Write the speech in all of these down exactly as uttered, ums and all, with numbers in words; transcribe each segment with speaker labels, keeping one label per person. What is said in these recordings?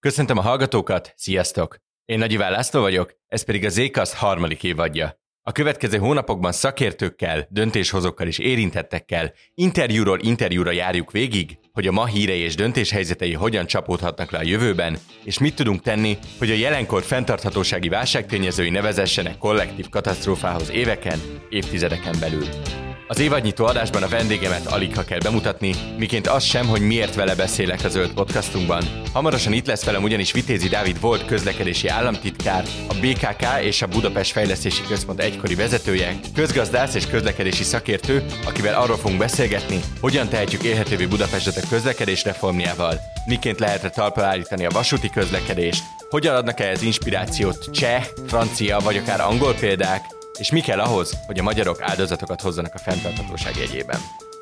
Speaker 1: Köszöntöm a hallgatókat, sziasztok! Én Nagy Iván László vagyok, ez pedig a Zcast harmadik évadja. A következő hónapokban szakértőkkel, döntéshozókkal és érintettekkel interjúról interjúra járjuk végig, hogy a ma hírei és döntéshelyzetei hogyan csapódhatnak le a jövőben, és mit tudunk tenni, hogy a jelenkor fenntarthatósági válságtényezői ne vezessenek kollektív katasztrófához éveken, évtizedeken belül. Az évadnyitó adásban a vendégemet aligha kell bemutatni, miként az sem, hogy miért vele beszélek a Zöld podcastunkban. Hamarosan itt lesz velem ugyanis Vitézi Dávid volt közlekedési államtitkár, a bé ká ká és a Budapest Fejlesztési Központ egykori vezetője, közgazdász és közlekedési szakértő, akivel arról fogunk beszélgetni, hogyan tehetjük élhetővé Budapestet a közlekedés reformjával, miként lehetre talpra állítani a vasúti közlekedést, hogyan adnak ehhez inspirációt cseh, francia vagy akár angol példák, és mi kell ahhoz, hogy a magyarok áldozatokat hozzanak a fenntarthatóság jegyében.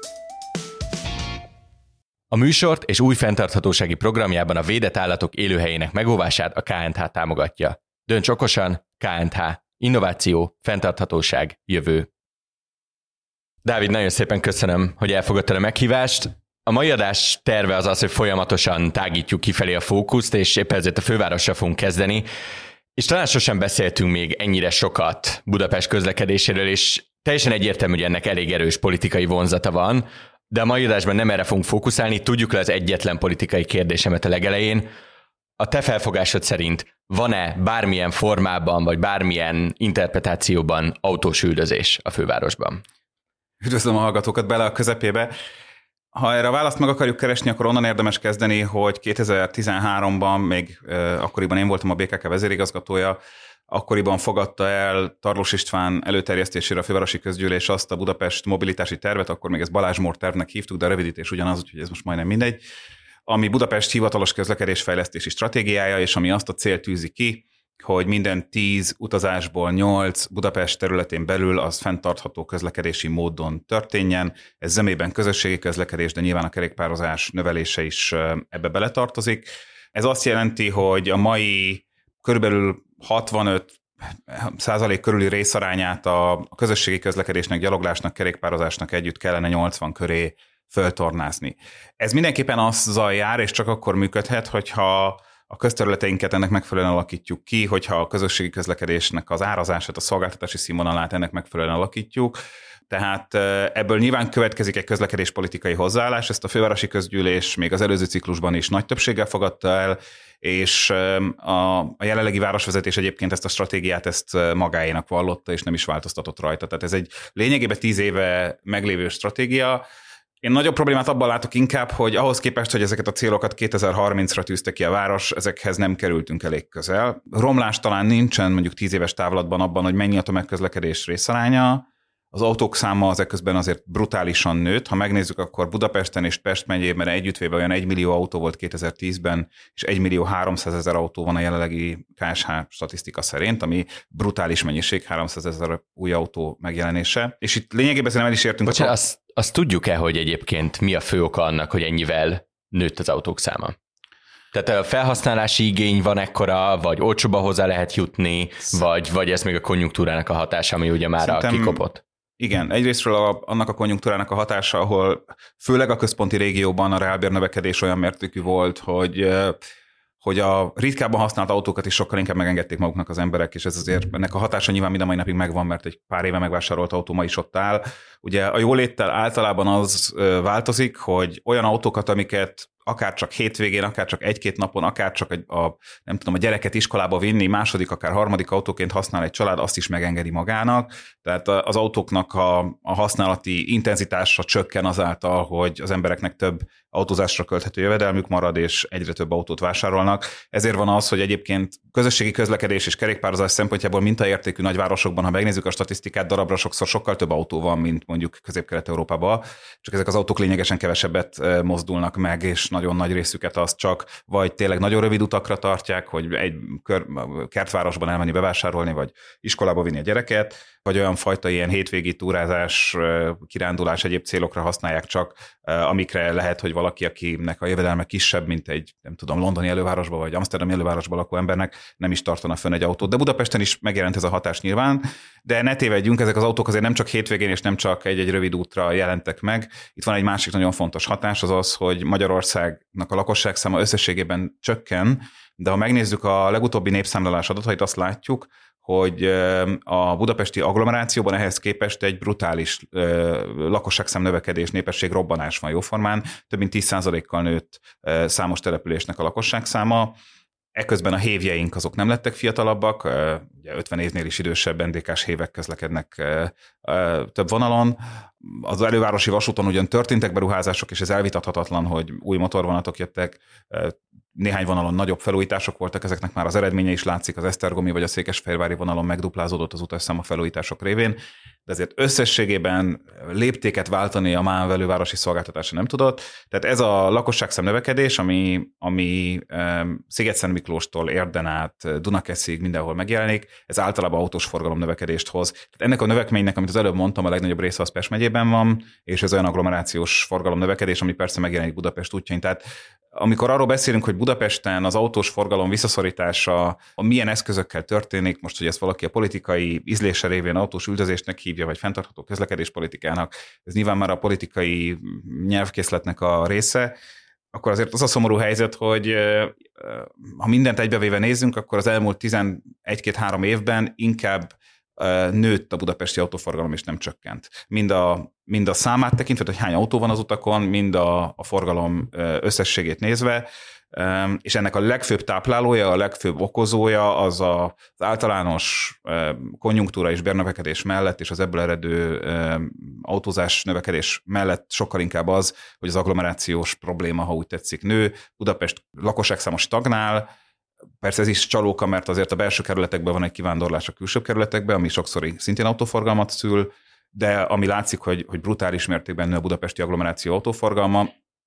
Speaker 1: A műsort és új fenntarthatósági programjában a védett állatok élőhelyének megóvását a ká en há támogatja. Dönts okosan, ká en há. Innováció, fenntarthatóság, jövő. Dávid, nagyon szépen köszönöm, hogy elfogadtad a meghívást. A mai adás terve az az, hogy folyamatosan tágítjuk kifelé a fókuszt, és éppen ezért a fővárossal fogunk kezdeni. És talán sosem beszéltünk még ennyire sokat Budapest közlekedéséről, és teljesen egyértelmű, hogy ennek elég erős politikai vonzata van, de a mai adásban nem erre fogunk fókuszálni, tudjuk le az egyetlen politikai kérdésemet a legelején. A te felfogásod szerint van-e bármilyen formában, vagy bármilyen interpretációban autós üldözés a fővárosban?
Speaker 2: Üdvözlöm a hallgatókat bele a közepébe. Ha erre a választ meg akarjuk keresni, akkor onnan érdemes kezdeni, hogy kétezer-tizenháromban, még eh, akkoriban én voltam a bé ká ká vezérigazgatója, akkoriban fogadta el Tarlós István előterjesztésére a fővárosi közgyűlés azt a Budapest mobilitási tervet, akkor még ezt Balázs Mór tervnek hívtuk, de a rövidítés ugyanaz, úgyhogy ez most majdnem mindegy, ami Budapest hivatalos közlekedésfejlesztési stratégiája, és ami azt a célt tűzi ki, hogy minden tíz utazásból nyolc Budapest területén belül az fenntartható közlekedési módon történjen. Ez zömében közösségi közlekedés, de nyilván a kerékpározás növelése is ebbe beletartozik. Ez azt jelenti, hogy a mai körülbelül hatvanöt százalék körüli részarányát a közösségi közlekedésnek, gyaloglásnak, kerékpározásnak együtt kellene nyolcvan köré föltornázni. Ez mindenképpen azzal jár, és csak akkor működhet, hogyha a közterületeinket ennek megfelelően alakítjuk ki, hogyha a közösségi közlekedésnek az árazását, a szolgáltatási színvonalát ennek megfelelően alakítjuk. Tehát ebből nyilván következik egy közlekedéspolitikai hozzáállás, ezt a fővárosi közgyűlés még az előző ciklusban is nagy többséggel fogadta el, és a, a jelenlegi városvezetés egyébként ezt a stratégiát ezt magáénak vallotta, és nem is változtatott rajta. Tehát ez egy lényegében tíz éve meglévő stratégia. Én nagyobb problémát abban látok inkább, hogy ahhoz képest, hogy ezeket a célokat kétezer-harmincra tűzte ki a város, ezekhez nem kerültünk elég közel. Romlás talán nincsen mondjuk tíz éves távlatban abban, hogy mennyi a tömegközlekedés részaránya. Az autók száma az ekközben azért brutálisan nőtt. Ha megnézzük, akkor Budapesten és Pest megyében együttvéve olyan egy millió autó volt kétezer-tízben, és egy millió háromszázezer autó van a jelenlegi ká es há statisztika szerint, ami brutális mennyiség, háromszázezer új autó megjelenése. És itt lényegében nem el is értünk.
Speaker 1: Bocsánat, a... azt, azt tudjuk-e, hogy egyébként mi a fő oka annak, hogy ennyivel nőtt az autók száma? Tehát a felhasználási igény van ekkora, vagy olcsóban hozzá lehet jutni, vagy, vagy ez még a konjunktúrának a hatása, ami ugye már Szerintem... kikopott?
Speaker 2: Igen, egyrésztről a, annak a konjunktúrának a hatása, ahol főleg a központi régióban a reálbérnövekedés olyan mértékű volt, hogy, hogy a ritkábban használt autókat is sokkal inkább megengedték maguknak az emberek, és ez azért ennek a hatása nyilván mind a mai napig megvan, mert egy pár éve megvásárolt autó ma is ott áll. Ugye a jóléttel általában az változik, hogy olyan autókat, amiket akár csak hétvégén, akár csak egy-két napon, akár csak a, a, nem tudom, a gyereket iskolába vinni, második, akár harmadik autóként használ egy család, azt is megengedi magának. Tehát az autóknak a, a használati intenzitása csökken azáltal, hogy az embereknek több autózásra költhető jövedelmük marad, és egyre több autót vásárolnak. Ezért van az, hogy egyébként közösségi közlekedés és kerékpározás szempontjából mintaértékű nagyvárosokban, ha megnézzük a statisztikát, darabra sokszor sokkal több autó van, mint mondjuk Közép-Kelet-Európában, csak ezek az autók lényegesen kevesebbet mozdulnak meg, és nagyon nagy részüket azt csak vagy tényleg nagyon rövid utakra tartják, hogy egy kör, kertvárosban elmenni bevásárolni, vagy iskolába vinni a gyereket, vagy olyan fajta ilyen hétvégi túrázás, kirándulás, egyéb célokra használják csak, amikre lehet, hogy valaki, akinek a jövedelme kisebb, mint egy, nem tudom, londoni elővárosba, vagy amszterdami elővárosba lakó embernek, nem is tartana fönn egy autót. De Budapesten is megjelent ez a hatás nyilván, de ne tévedjünk, ezek az autók azért nem csak hétvégén, és nem csak egy-egy rövid útra jelentek meg. Itt van egy másik nagyon fontos hatás, az az, hogy Magyarországnak a lakosságszáma összességében csökken, de ha megnézzük a legutóbbi népszámlálás adatait, azt látjuk, hogy a budapesti agglomerációban ehhez képest egy brutális lakosságszám növekedés, népesség robbanás van jóformán, több mint tíz százalékkal nőtt számos településnek a lakosságszáma. Ekközben a hévjeink azok nem lettek fiatalabbak, ugye ötven évnél is idősebb en dé ká-s hévek közlekednek több vonalon. Az elővárosi vasúton ugyan történtek beruházások, és ez elvitathatatlan, hogy új motorvonatok jöttek, néhány vonalon nagyobb felújítások voltak, ezeknek már az eredménye is látszik, az esztergomi vagy a székesfehérvári vonalon megduplázódott az utasszám a felújítások révén, de ezért összességében léptéket váltani a MÁV elővárosi szolgáltatása nem tudott. Tehát ez a lakosságszám növekedés, ami, ami Szigetszent Miklóstól Érden át Dunakeszig mindenhol megjelenik, ez általában autós forgalom növekedést hoz. Tehát ennek a növekménynek, amit az előbb mondtam, a legnagyobb része az Pest megyében van, és ez olyan agglomerációs forgalom növekedés, ami persze megjelenik Budapest útjain. Tehát amikor arról beszélünk, hogy Budapesten az autós forgalom visszaszorítása milyen eszközökkel történik, most, hogy ezt valaki a politikai ízlése révén autós üldözésnek hívja, vagy fenntartható közlekedéspolitikának, ez nyilván már a politikai nyelvkészletnek a része, akkor azért az a szomorú helyzet, hogy ha mindent egybevéve nézzünk, akkor az elmúlt tizenegy-két-három évben inkább nőtt a budapesti autóforgalom, és nem csökkent. Mind a, mind a számát tekintve, hogy hány autó van az utakon, mind a, a forgalom összességét nézve, és ennek a legfőbb táplálója, a legfőbb okozója az a, az általános konjunktúra és bérnövekedés mellett, és az ebből eredő autózás növekedés mellett sokkal inkább az, hogy az agglomerációs probléma, ha úgy tetszik, nő. Budapest lakosságszáma stagnál. Persze ez is csalóka, mert azért a belső kerületekben van egy kivándorlás a külső kerületekbe, ami sokszor szintén autóforgalmat szül, de ami látszik, hogy, hogy brutális mértékben nő a budapesti agglomeráció autóforgalma,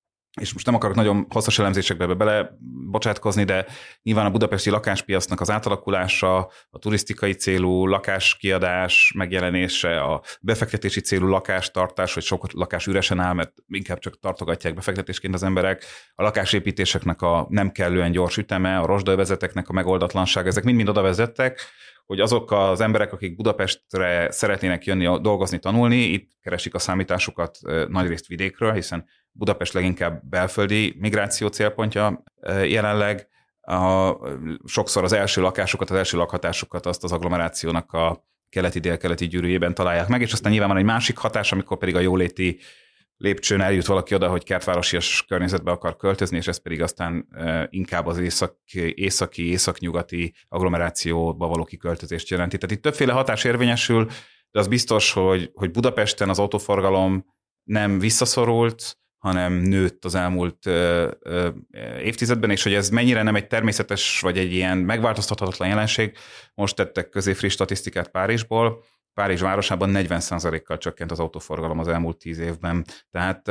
Speaker 2: és most nem akarok nagyon hosszas elemzésekbe bele bocsátkozni, de nyilván a budapesti lakáspiacnak az átalakulása, a turisztikai célú lakáskiadás megjelenése, a befektetési célú lakástartás, hogy sok lakás üresen áll, mert inkább csak tartogatják befektetésként az emberek, a lakásépítéseknek a nem kellően gyors üteme, a rozsdaövezeteknek a megoldatlanság, ezek mind-mind oda vezettek, hogy azok az emberek, akik Budapestre szeretnének jönni, dolgozni, tanulni, itt keresik a számításukat nagyrészt vidékről, hiszen Budapest leginkább belföldi migráció célpontja jelenleg. A, sokszor az első lakásukat, az első lakhatásukat azt az agglomerációnak a keleti-délkeleti gyűrűjében találják meg, és aztán nyilván van egy másik hatás, amikor pedig a jóléti lépcsőn eljut valaki oda, hogy kertvárosias környezetbe akar költözni, és ez pedig aztán inkább az északi, északi, északnyugati agglomerációba való kiköltözést jelenti. Tehát itt többféle hatás érvényesül, de az biztos, hogy, hogy Budapesten az autóforgalom nem visszaszorult, hanem nőtt az elmúlt ö, ö, évtizedben, és hogy ez mennyire nem egy természetes, vagy egy ilyen megváltoztathatatlan jelenség. Most tettek közé friss statisztikát Párizsból. Párizs városában negyven százalékkal csökkent az autóforgalom az elmúlt tíz évben. Tehát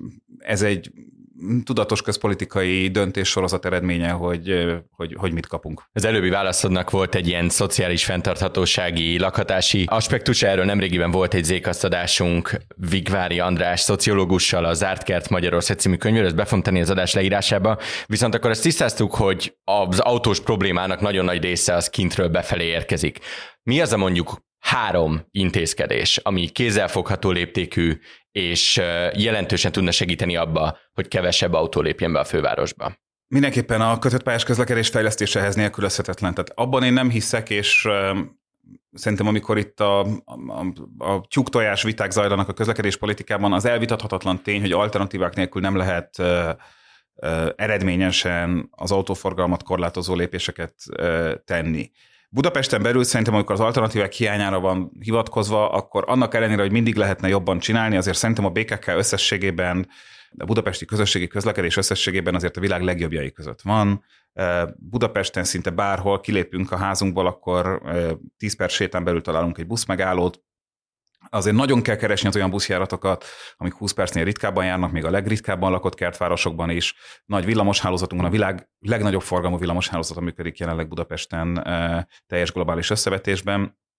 Speaker 2: ez egy tudatos közpolitikai döntéssorozat eredménye, hogy, hogy, hogy mit kapunk.
Speaker 1: Az előbbi válaszodnak volt egy ilyen szociális fenntarthatósági, lakhatási aspektus, erről nemrégiben volt egy zékasztadásunk Vigvári András szociológussal a Zárt Kert Magyarország című könyvéről, ezt be fogom tenni az adás leírásába, viszont akkor ezt tisztáztuk, hogy az autós problémának nagyon nagy része az kintről befelé érkezik. Mi az a mondjuk három intézkedés, ami kézzelfogható léptékű, és jelentősen tudna segíteni abba, hogy kevesebb autó lépjen be a fővárosba?
Speaker 2: Mindenképpen a kötött pályás közlekedés fejlesztésehez nélkülözhetetlen. Tehát abban én nem hiszek, és szerintem amikor itt a, a, a tyúktojás viták zajlanak a közlekedés politikában, az elvitathatatlan tény, hogy alternatívák nélkül nem lehet uh, uh, eredményesen az autóforgalmat korlátozó lépéseket uh, tenni. Budapesten belül szerintem, amikor az alternatívák hiányára van hivatkozva, akkor annak ellenére, hogy mindig lehetne jobban csinálni, azért szerintem a bé ká ká összességében, a budapesti közösségi közlekedés összességében azért a világ legjobbjai között van. Budapesten szinte bárhol kilépünk a házunkból, akkor tíz perc sétán belül találunk egy buszmegállót. Azért nagyon kell keresni az olyan buszjáratokat, amik húsz percnél ritkábban járnak, még a legritkábban lakott kertvárosokban is. Nagy villamoshálózatunk van, a világ legnagyobb forgalmú villamoshálózata működik jelenleg Budapesten teljes globális összevetésben.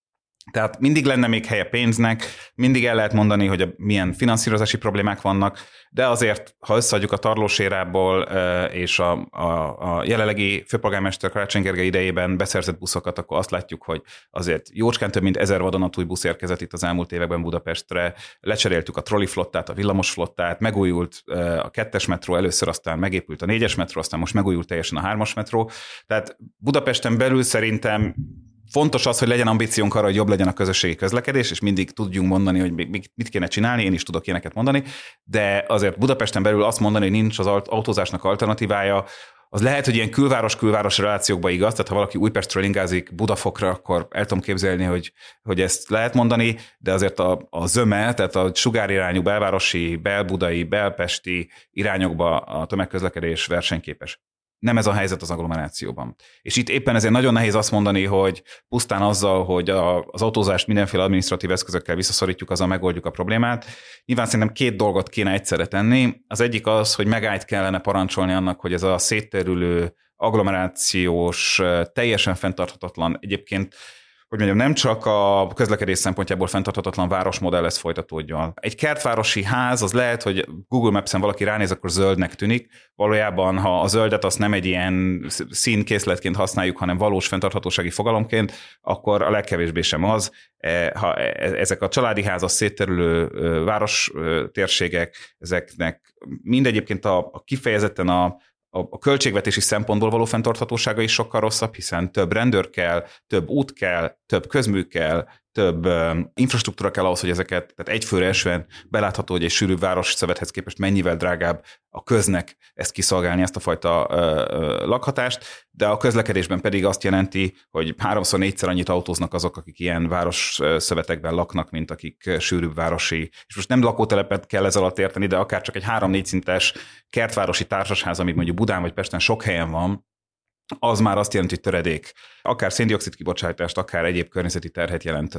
Speaker 2: Tehát mindig lenne még helye pénznek, mindig el lehet mondani, hogy a, milyen finanszírozási problémák vannak, de azért, ha összeadjuk a tarlósérából és a, a, a jelenlegi főpolgármester Karácsony Gergely idejében beszerzett buszokat, akkor azt látjuk, hogy azért jócskán több mint ezer vadonatúj busz érkezett itt az elmúlt években Budapestre, lecseréltük a trolliflottát, a villamosflottát, megújult a kettes metró, először aztán megépült a négyes metró, aztán most megújult teljesen a hármas metró. Tehát Budapesten belül szerintem fontos az, hogy legyen ambíciónk arra, hogy jobb legyen a közösségi közlekedés, és mindig tudjunk mondani, hogy mit kéne csinálni, én is tudok ilyeneket mondani, de azért Budapesten belül azt mondani, hogy nincs az autózásnak alternatívája, az lehet, hogy ilyen külváros-külváros relációkban igaz, tehát ha valaki Újpestről ingázik Budafokra, akkor el tudom képzelni, hogy, hogy ezt lehet mondani, de azért a, a zöme, tehát a sugárirányú belvárosi, belbudai, belpesti irányokba a tömegközlekedés versenyképes. Nem ez a helyzet az agglomerációban. És itt éppen ezért nagyon nehéz azt mondani, hogy pusztán azzal, hogy a, az autózást mindenféle adminisztratív eszközökkel visszaszorítjuk, azzal megoldjuk a problémát. Nyilván szerintem két dolgot kéne egyszerre tenni. Az egyik az, hogy megállt kellene parancsolni annak, hogy ez a szétterülő agglomerációs, teljesen fenntarthatatlan, egyébként hogy mondjam, nem csak a közlekedés szempontjából fenntarthatatlan városmodell lesz folytatódjon. Egy kertvárosi ház, az lehet, hogy Google Maps-en valaki ránéz, akkor zöldnek tűnik. Valójában, ha a zöldet azt nem egy ilyen színkészletként használjuk, hanem valós fenntarthatósági fogalomként, akkor a legkevésbé sem az. Ha ezek a családi házas szétterülő város térségek, ezeknek mindegyébként a, a kifejezetten a a költségvetési szempontból való fenntarthatósága is sokkal rosszabb, hiszen több rendőr kell, több út kell, több közmű kell, több infrastruktúra kell ahhoz, hogy ezeket, tehát egyfőre esően belátható, hogy egy sűrűbb városszövethez képest mennyivel drágább a köznek ezt kiszolgálni, ezt a fajta ö, ö, lakhatást, de a közlekedésben pedig azt jelenti, hogy háromszor, négyszer annyit autóznak azok, akik ilyen városszövetekben laknak, mint akik sűrűbb városi, és most nem lakótelepet kell ez alatt érteni, de akár csak egy három-négy szintes kertvárosi társasház, amit mondjuk Budán vagy Pesten sok helyen van, az már azt jelenti, hogy töredék. Akár széndioxid kibocsátást, akár egyéb környezeti terhet jelent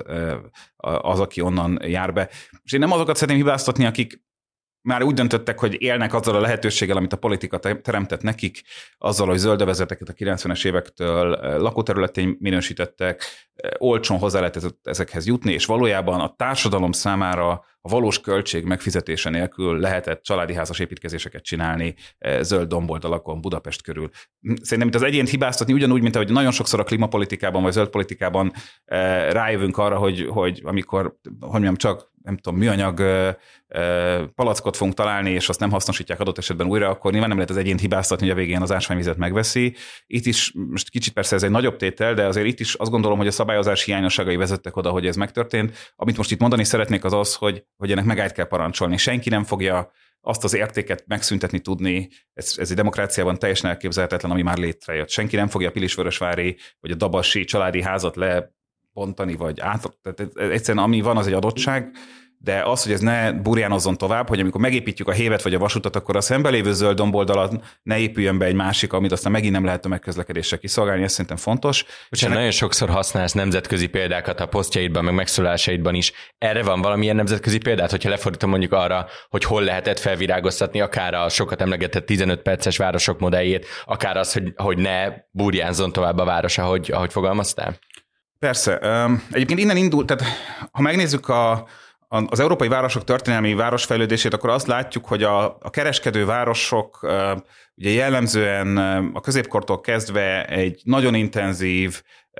Speaker 2: az, aki onnan jár be. És én nem azokat szeretném hibáztatni, akik már úgy döntöttek, hogy élnek azzal a lehetőséggel, amit a politika teremtett nekik, azzal, hogy zöldövezeteket a kilencvenes évektől lakóterületén minősítettek, olcsón hozzá lehet ezekhez jutni, és valójában a társadalom számára a valós költség megfizetése nélkül lehetett családi házas építkezéseket csinálni zöld domboldalakon Budapest körül. Szerintem itt az egyént hibáztatni ugyanúgy, mint ahogy nagyon sokszor a klímapolitikában vagy zöld politikában rájövünk arra, hogy, hogy amikor, hogy mondjam, csak nem tudom, műanyag palackot fogunk találni, és azt nem hasznosítják adott esetben újra, akkor nyilván nem lehet az egyént hibáztatni, hogy a végén az ásványvizet megveszi. Itt is, most kicsit persze ez egy nagyobb tétel, de azért itt is azt gondolom, hogy a szabályozás hiányosságai vezettek oda, hogy ez megtörtént. Amit most itt mondani szeretnék, az az, hogy, hogy ennek megállt kell parancsolni. Senki nem fogja azt az értéket megszüntetni tudni, ez, ez egy demokráciában teljesen elképzelhetetlen, ami már létrejött. Senki nem fogja a Pilisvörösvári vagy a dabasi családi házat lebontani, vagy át. Tehát egyszerűen ami van, az egy adottság, de az, hogy ez ne burjánozzon tovább, hogy amikor megépítjük a hévet vagy a vasutat, akkor a szembelévő zöld domboldalat ne épüljön be egy másik, amit aztán megint nem lehet tömegközlekedéssel kiszolgálni, ez szerintem fontos.
Speaker 1: És ennek... nagyon sokszor használsz nemzetközi példákat a posztjaidban, meg megszólásaidban is. Erre van valamilyen nemzetközi példát, hogyha lefordítom mondjuk arra, hogy hol lehetett felvirágoztatni akár a sokat emlegetett tizenöt perces városok modelljét, akár az, hogy, hogy ne burjánzzon tovább a város, ahogy, ahogy fogalmaztál?
Speaker 2: Persze. Egyébként innen indul, tehát ha megnézzük a az európai városok történelmi városfejlődését, akkor azt látjuk, hogy a, a kereskedő városok ugye jellemzően a középkortól kezdve egy nagyon intenzív,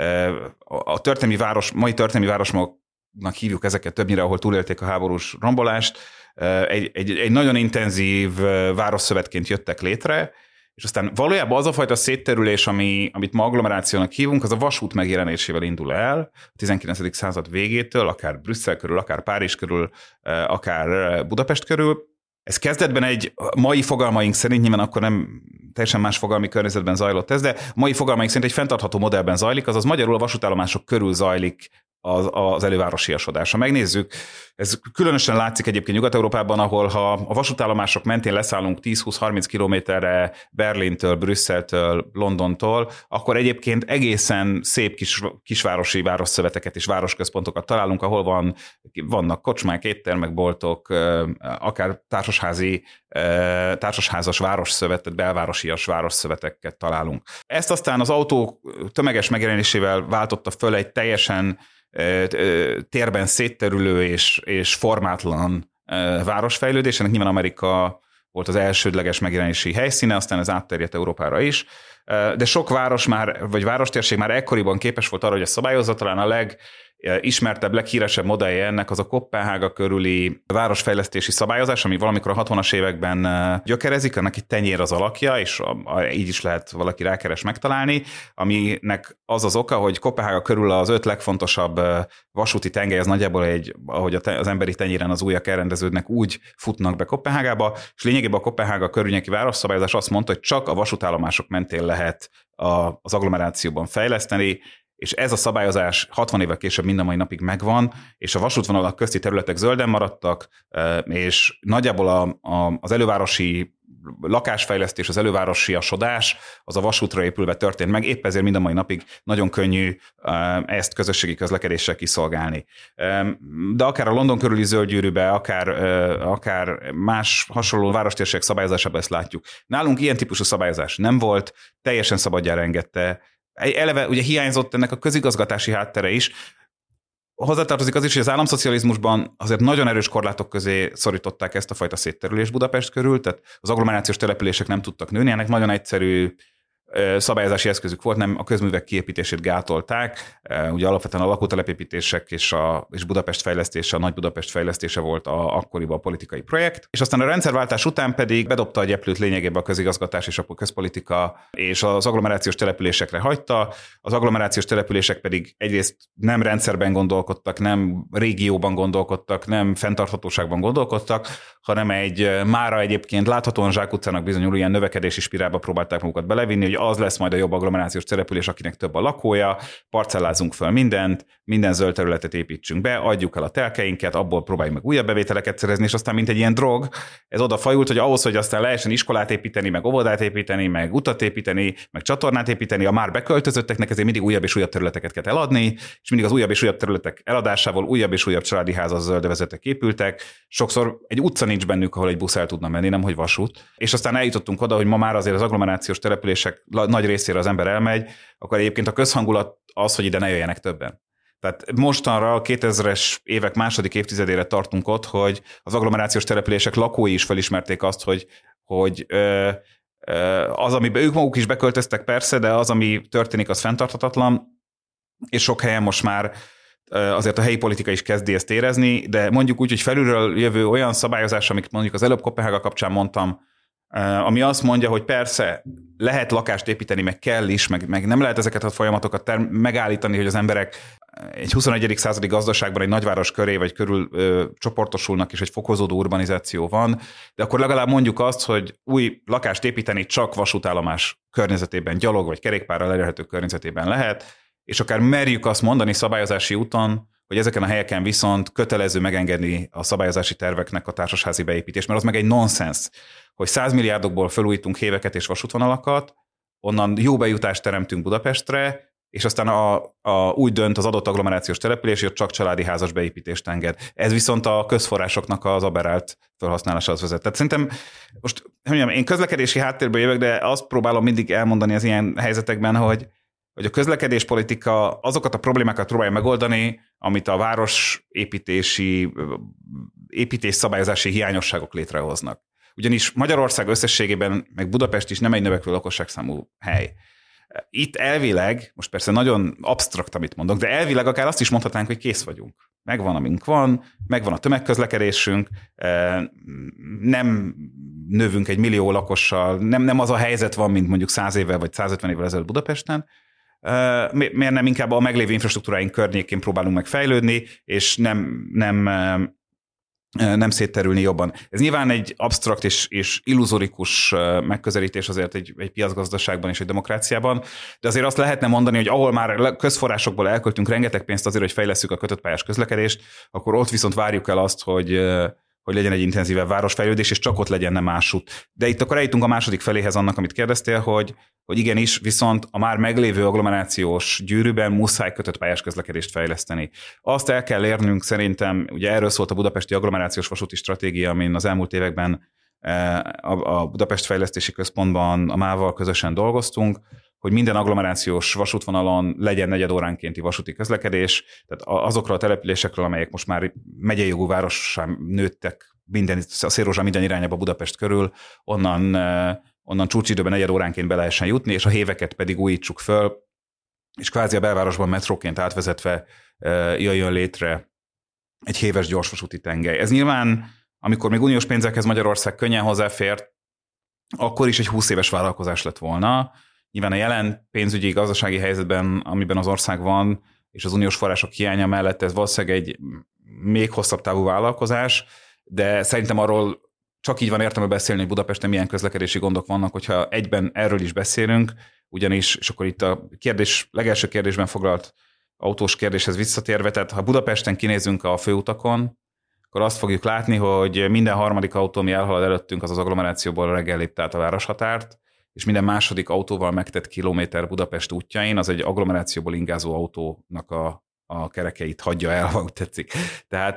Speaker 2: a történelmi város, mai történelmi városoknak hívjuk ezeket többnyire, ahol túlélték a háborús rombolást, egy, egy, egy nagyon intenzív városszövetként jöttek létre, és aztán valójában az a fajta szétterülés, ami, amit ma agglomerációnak hívunk, az a vasút megjelenésével indul el, a tizenkilencedik század végétől, akár Brüsszel körül, akár Párizs körül, akár Budapest körül. Ez kezdetben egy mai fogalmaink szerint, nyilván akkor nem teljesen más fogalmi környezetben zajlott ez, de mai fogalmaink szerint egy fenntartható modellben zajlik, azaz magyarul a vasútállomások körül zajlik az, az elővárosiasodás. Ha megnézzük, ez különösen látszik egyébként Nyugat-Európában, ahol ha a vasútállomások mentén leszállunk tíz-húsz-harminc kilométerre Berlintől, Brüsszeltől, Londontól, akkor egyébként egészen szép kis, kisvárosi városszöveteket és városközpontokat találunk, ahol van, vannak kocsmák, éttermek, boltok, akár társasházi, társasházas városszövetet, belvárosias városszöveteket találunk. Ezt aztán az autó tömeges megjelenésével váltotta föl egy teljesen térben szétterülő és, és formátlan városfejlődés. Ennek nyilván Amerika volt az elsődleges megjelenési helyszíne, aztán ez átterjedt Európára is. De sok város már, vagy várostérség már ekkoriban képes volt arra, hogy ezt szabályozza. Talán a legismertebb, leghíresebb modellje ennek az a Koppenhága körüli városfejlesztési szabályozás, ami valamikor a hatvanas években gyökerezik, ennek itt tenyér az alakja, és így is lehet valaki rákeres megtalálni, aminek az az oka, hogy Koppenhága körül az öt legfontosabb vasúti tengely, az nagyjából egy, ahogy az emberi tenyéren az ujjak elrendeződnek, úgy futnak be Koppenhágába, és lényegében a Koppenhága környéki városszabályozás azt mondta, hogy csak a vasútállomások mentén lehet az agglomerációban fejleszteni, és ez a szabályozás hatvan évvel később mind a mai napig megvan, és a vasútvonalak közti területek zölden maradtak, és nagyjából a, a, az elővárosi lakásfejlesztés, az elővárosiasodás az a vasútra épülve történt meg, épp ezért mind a mai napig nagyon könnyű ezt közösségi közlekedéssel kiszolgálni. De akár a London körüli zöldgyűrűbe, akár, akár más hasonló várostérség szabályozásában ezt látjuk. Nálunk ilyen típusú szabályozás nem volt, teljesen szabadjára engedte. Eleve ugye hiányzott ennek a közigazgatási háttere is. Hozzátartozik az is, hogy az államszocializmusban azért nagyon erős korlátok közé szorították ezt a fajta szétterülést Budapest körül, tehát az agglomerációs települések nem tudtak nőni, ennek nagyon egyszerű szabályozási eszközük volt, nem a közművek kiépítését gátolták. Ugye alapvetően a lakótelepépítések és, a, és Budapest fejlesztése, a Nagy Budapest fejlesztése volt a, akkoriban a politikai projekt. És aztán a rendszerváltás után pedig bedobta a gyeplőt lényegében a közigazgatás és a közpolitika, és az agglomerációs településekre hagyta. Az agglomerációs települések pedig egyrészt nem rendszerben gondolkodtak, nem régióban gondolkodtak, nem fenntarthatóságban gondolkodtak, hanem egy mára egyébként láthatóan zsákutcának bizonyuló ilyen növekedési spirálba próbálták magukat belevinni, hogy az lesz majd a jobb agglomerációs település, akinek több a lakója, parcellázunk föl mindent, minden zöld területet építsünk be, adjuk el a telkeinket, abból próbáljuk meg újabb bevételeket szerezni, és aztán mint egy ilyen drog, ez oda fajult, hogy ahhoz, hogy aztán lehessen iskolát építeni, meg óvodát építeni, meg utat építeni, meg csatornát építeni, a már beköltözötteknek ezért mindig újabb és újabb területeket kell eladni, és mindig az újabb és újabb területek eladásával újabb és újabb családi házas zöldövezetek épültek. Sokszor egy utca nincs bennük, ahol egy busz el tudna menni, nem hogy vasút. És aztán eljutottunk oda, hogy ma már azért az agglomerációs települések nagy részére az ember elmegy, akkor egyébként a közhangulat az, hogy ide ne jöjjenek többen. Tehát mostanra a kétezres évek második évtizedére tartunk ott, hogy az agglomerációs települések lakói is felismerték azt, hogy, hogy ö, ö, az, amiben ők maguk is beköltöztek persze, de az, ami történik, az fenntarthatatlan, és sok helyen most már azért a helyi politika is kezdi ezt érezni, de mondjuk úgy, hogy felülről jövő olyan szabályozás, amit mondjuk az előbb Koppenhága kapcsán mondtam, ami azt mondja, hogy persze lehet lakást építeni, meg kell is, meg, meg nem lehet ezeket a folyamatokat ter- megállítani, hogy az emberek egy huszonegyedik századi gazdaságban egy nagyváros köré vagy körül ö, csoportosulnak, és egy fokozódó urbanizáció van, de akkor legalább mondjuk azt, hogy új lakást építeni csak vasútállomás környezetében, gyalog vagy kerékpárral elérhető környezetében lehet, és akár merjük azt mondani szabályozási úton, hogy ezeken a helyeken viszont kötelező megengedni a szabályozási terveknek a társasházi beépítést, mert az meg egy nonsens, hogy száz milliárdokból felújítunk héveket és vasútvonalakat, onnan jó bejutást teremtünk Budapestre, és aztán a, a, úgy dönt az adott agglomerációs település, hogy csak családi házas beépítést enged. Ez viszont a közforrásoknak az aberált felhasználásához vezet. Tehát szerintem most mondjam, én közlekedési háttérből jövök, de azt próbálom mindig elmondani az ilyen helyzetekben, hogy hogy a közlekedéspolitika azokat a problémákat próbálja megoldani, amit a városépítési, építésszabályozási hiányosságok létrehoznak. Ugyanis Magyarország összességében, meg Budapest is nem egy növekvő lakosságszámú hely. Itt elvileg, most persze nagyon absztrakt, amit mondok, de elvileg akár azt is mondhatnánk, hogy kész vagyunk. Megvan, amink van, megvan a tömegközlekedésünk, nem növünk egy millió lakossal, nem, nem az a helyzet van, mint mondjuk száz évvel vagy százötven évvel ezelőtt Budapesten. Miért nem inkább a meglévő infrastruktúráink környékén próbálunk meg fejlődni, és nem, nem, nem szétterülni jobban. Ez nyilván egy absztrakt és, és illuzorikus megközelítés azért egy, egy piacgazdaságban és egy demokráciában, de azért azt lehetne mondani, hogy ahol már közforrásokból elköltünk rengeteg pénzt azért, hogy fejlesszük a kötött pályás közlekedést, akkor ott viszont várjuk el azt, hogy hogy legyen egy intenzívebb városfejlődés, és csak ott legyen, nem másút. De itt akkor eljutunk a második feléhez annak, amit kérdeztél, hogy, hogy igenis, viszont a már meglévő agglomerációs gyűrűben muszáj kötött pályás közlekedést fejleszteni. Azt el kell érnünk szerintem, ugye erről szólt a budapesti agglomerációs vasúti stratégia, amin az elmúlt években a Budapest Fejlesztési Központban a MÁV-val közösen dolgoztunk, hogy minden agglomerációs vasútvonalon legyen negyed óránkénti vasúti közlekedés, tehát azokról a településekről, amelyek most már megyei jogú várossá nőttek, minden, a Szélrózsa minden irányába Budapest körül, onnan, onnan csúcsidőben negyed óránként be lehessen jutni, és a héveket pedig újítsuk föl, és kvázi a belvárosban metróként átvezetve jöjjön létre egy héves gyorsvasúti tengely. Ez nyilván, amikor még uniós pénzekhez Magyarország könnyen hozzáfért, akkor is egy húsz éves vállalkozás lett volna. Nyilván a jelen pénzügyi gazdasági helyzetben, amiben az ország van, és az uniós források hiánya mellett ez valószínűleg egy még hosszabb távú vállalkozás, de szerintem arról csak így van értelme beszélni, hogy Budapesten milyen közlekedési gondok vannak, hogyha egyben erről is beszélünk, ugyanis, és akkor itt a kérdés, legelső kérdésben foglalt autós kérdéshez visszatérve, tehát ha Budapesten kinézünk a főutakon, akkor azt fogjuk látni, hogy minden harmadik autó, ami elhalad előttünk, az az agglomerációból reggel lépte át a városhatárt, és minden második autóval megtett kilométer Budapest útjain, az egy agglomerációból ingázó autónak a, a kerekeit hagyja el, ha úgy tetszik. Tehát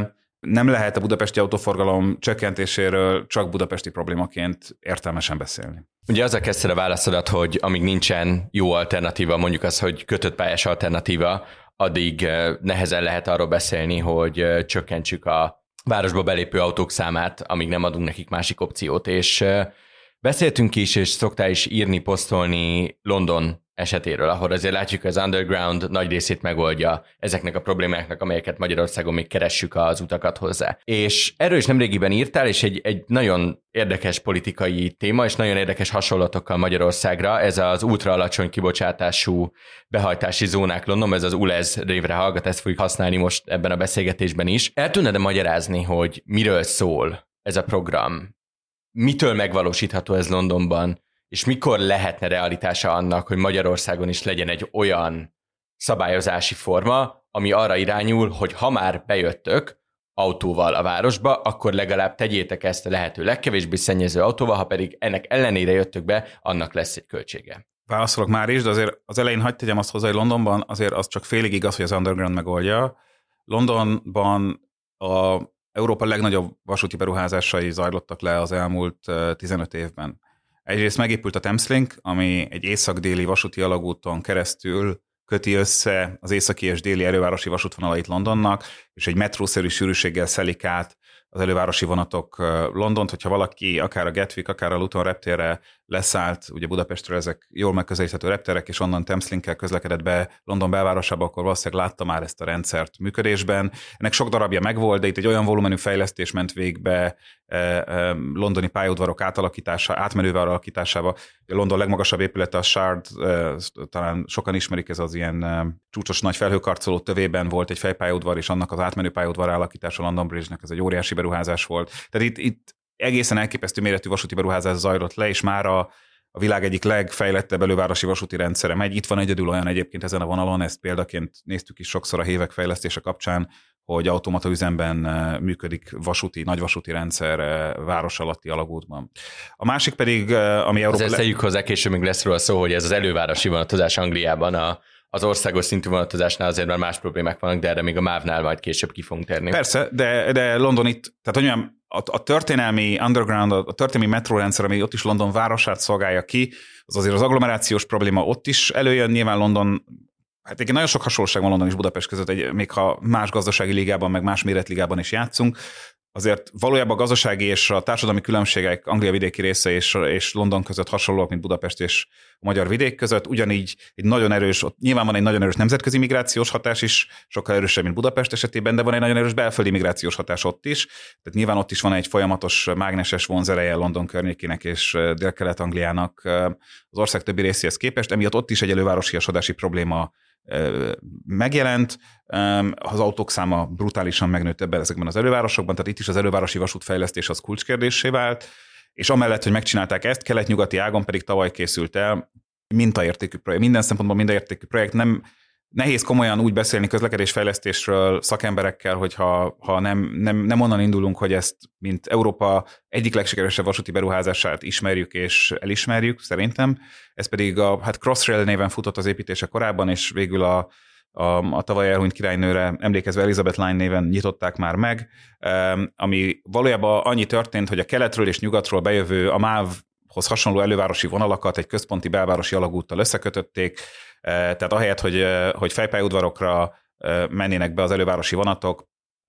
Speaker 2: nem lehet a budapesti autóforgalom csökkentéséről csak budapesti problémaként értelmesen beszélni.
Speaker 1: Ugye azzal kezdted a válaszodat, hogy amíg nincsen jó alternatíva, mondjuk az, hogy kötött pályás alternatíva, addig nehezen lehet arról beszélni, hogy csökkentsük a városba belépő autók számát, amíg nem adunk nekik másik opciót. És beszéltünk is, és szoktál is írni, posztolni London esetéről, ahol azért látjuk, hogy az underground nagy részét megoldja ezeknek a problémáknak, amelyeket Magyarországon még keressük az utakat hozzá. És erről is nemrégiben írtál, és egy, egy nagyon érdekes politikai téma, és nagyon érdekes hasonlatokkal Magyarországra, ez az ultra alacsony kibocsátású behajtási zónák London, ez az u el e zé révre hallgat, ezt fogjuk használni most ebben a beszélgetésben is. El tudnád-e magyarázni, hogy miről szól ez a program? Mitől megvalósítható ez Londonban? És mikor lehetne realitása annak, hogy Magyarországon is legyen egy olyan szabályozási forma, ami arra irányul, hogy ha már bejöttök autóval a városba, akkor legalább tegyétek ezt a lehető legkevésbé szennyező autóval, ha pedig ennek ellenére jöttök be, annak lesz egy költsége.
Speaker 2: Válaszolok már is, de azért az elején hagyd tegyem azt hozzá, hogy Londonban azért az csak félig igaz, hogy az underground megoldja. Londonban a Európa legnagyobb vasúti beruházásai zajlottak le az elmúlt tizenöt évben. Egyrészt megépült a Thameslink, ami egy észak-déli vasúti alagúton keresztül köti össze az északi és déli elővárosi vasútvonalait Londonnak, és egy metrószerű sűrűséggel szelik át az elővárosi vonatok Londont, hogyha valaki akár a Gatwick, akár a Luton reptérre leszállt, ugye Budapestről ezek jól megközelíthető repterek, és onnan Thameslink-kel közlekedett be London belvárosába, akkor valószínűleg látta már ezt a rendszert működésben. Ennek sok darabja megvolt, de itt egy olyan volumenű fejlesztés ment végbe londoni pályaudvarok átalakítása, átmenővel alakításába. A London legmagasabb épülete a Shard, talán sokan ismerik, ez az ilyen csúcsos nagy felhőkarcoló tövében volt egy fejpályaudvar, és annak az átmenő pályaudvar alakítása London Bridge-nek, ez egy óriási beruházás volt. Tehát itt, itt egészen elképesztő méretű vasúti beruházás zajlott le, és már a, a világ egyik legfejlettebb elővárosi vasúti rendszere megy. Itt van egyedül olyan egyébként ezen a vonalon, ezt példaként néztük is sokszor a hévek fejlesztése kapcsán, hogy automata üzemben működik vasúti, nagyvasúti rendszer város alatti alagútban. A másik pedig, ami Európa...
Speaker 1: Azért tegyük hozzá, később még lesz róla szó, hogy ez az elővárosi vonatozás Angliában a az országos szintű vonatozásnál azért már más problémák vannak, de erre még a mávnál majd később ki fogunk térni.
Speaker 2: Persze, de, de London itt, tehát hogy mondjam, a, a történelmi underground, a történelmi metrórendszer, ami ott is London városát szolgálja ki, az azért az agglomerációs probléma ott is előjön, nyilván London, hát igen, nagyon sok hasonlóság van London és Budapest között, egy, még ha más gazdasági ligában, meg más méretligában is játszunk, azért valójában a gazdasági és a társadalmi különbségek Anglia vidéki része és, és London között hasonlóak, mint Budapest és a magyar vidék között. Ugyanígy egy nagyon erős, nyilván van egy nagyon erős nemzetközi migrációs hatás is, sokkal erősebb, mint Budapest esetében, de van egy nagyon erős belföldi migrációs hatás ott is. Tehát nyilván ott is van egy folyamatos mágneses vonzereje London környékés és Dél-Kelet-Angliának az ország többi részéhez képest. Emiatt ott is egy elővárosiasodási probléma megjelent, az autók száma brutálisan megnőtt ebben ezekben az elővárosokban, tehát itt is az elővárosi vasútfejlesztés az kulcskérdéssé vált, és amellett, hogy megcsinálták ezt, kelet-nyugati ágon pedig tavaly készült el mintaértékű projekt. Minden szempontból mintaértékű projekt, nem nehéz komolyan úgy beszélni közlekedésfejlesztésről szakemberekkel, hogyha ha nem, nem, nem onnan indulunk, hogy ezt, mint Európa egyik legsikeresebb vasúti beruházását ismerjük és elismerjük, szerintem. Ez pedig a hát Crossrail néven futott az építése korábban, és végül a, a, a tavaly elhunyt királynőre emlékezve Elizabeth Line néven nyitották már meg, ami valójában annyi történt, hogy a keletről és nyugatról bejövő, a MÁV hasonló elővárosi vonalakat egy központi belvárosi alagúttal összekötötték, tehát ahelyett, hogy, hogy fejpályaudvarokra mennének be az elővárosi vonatok,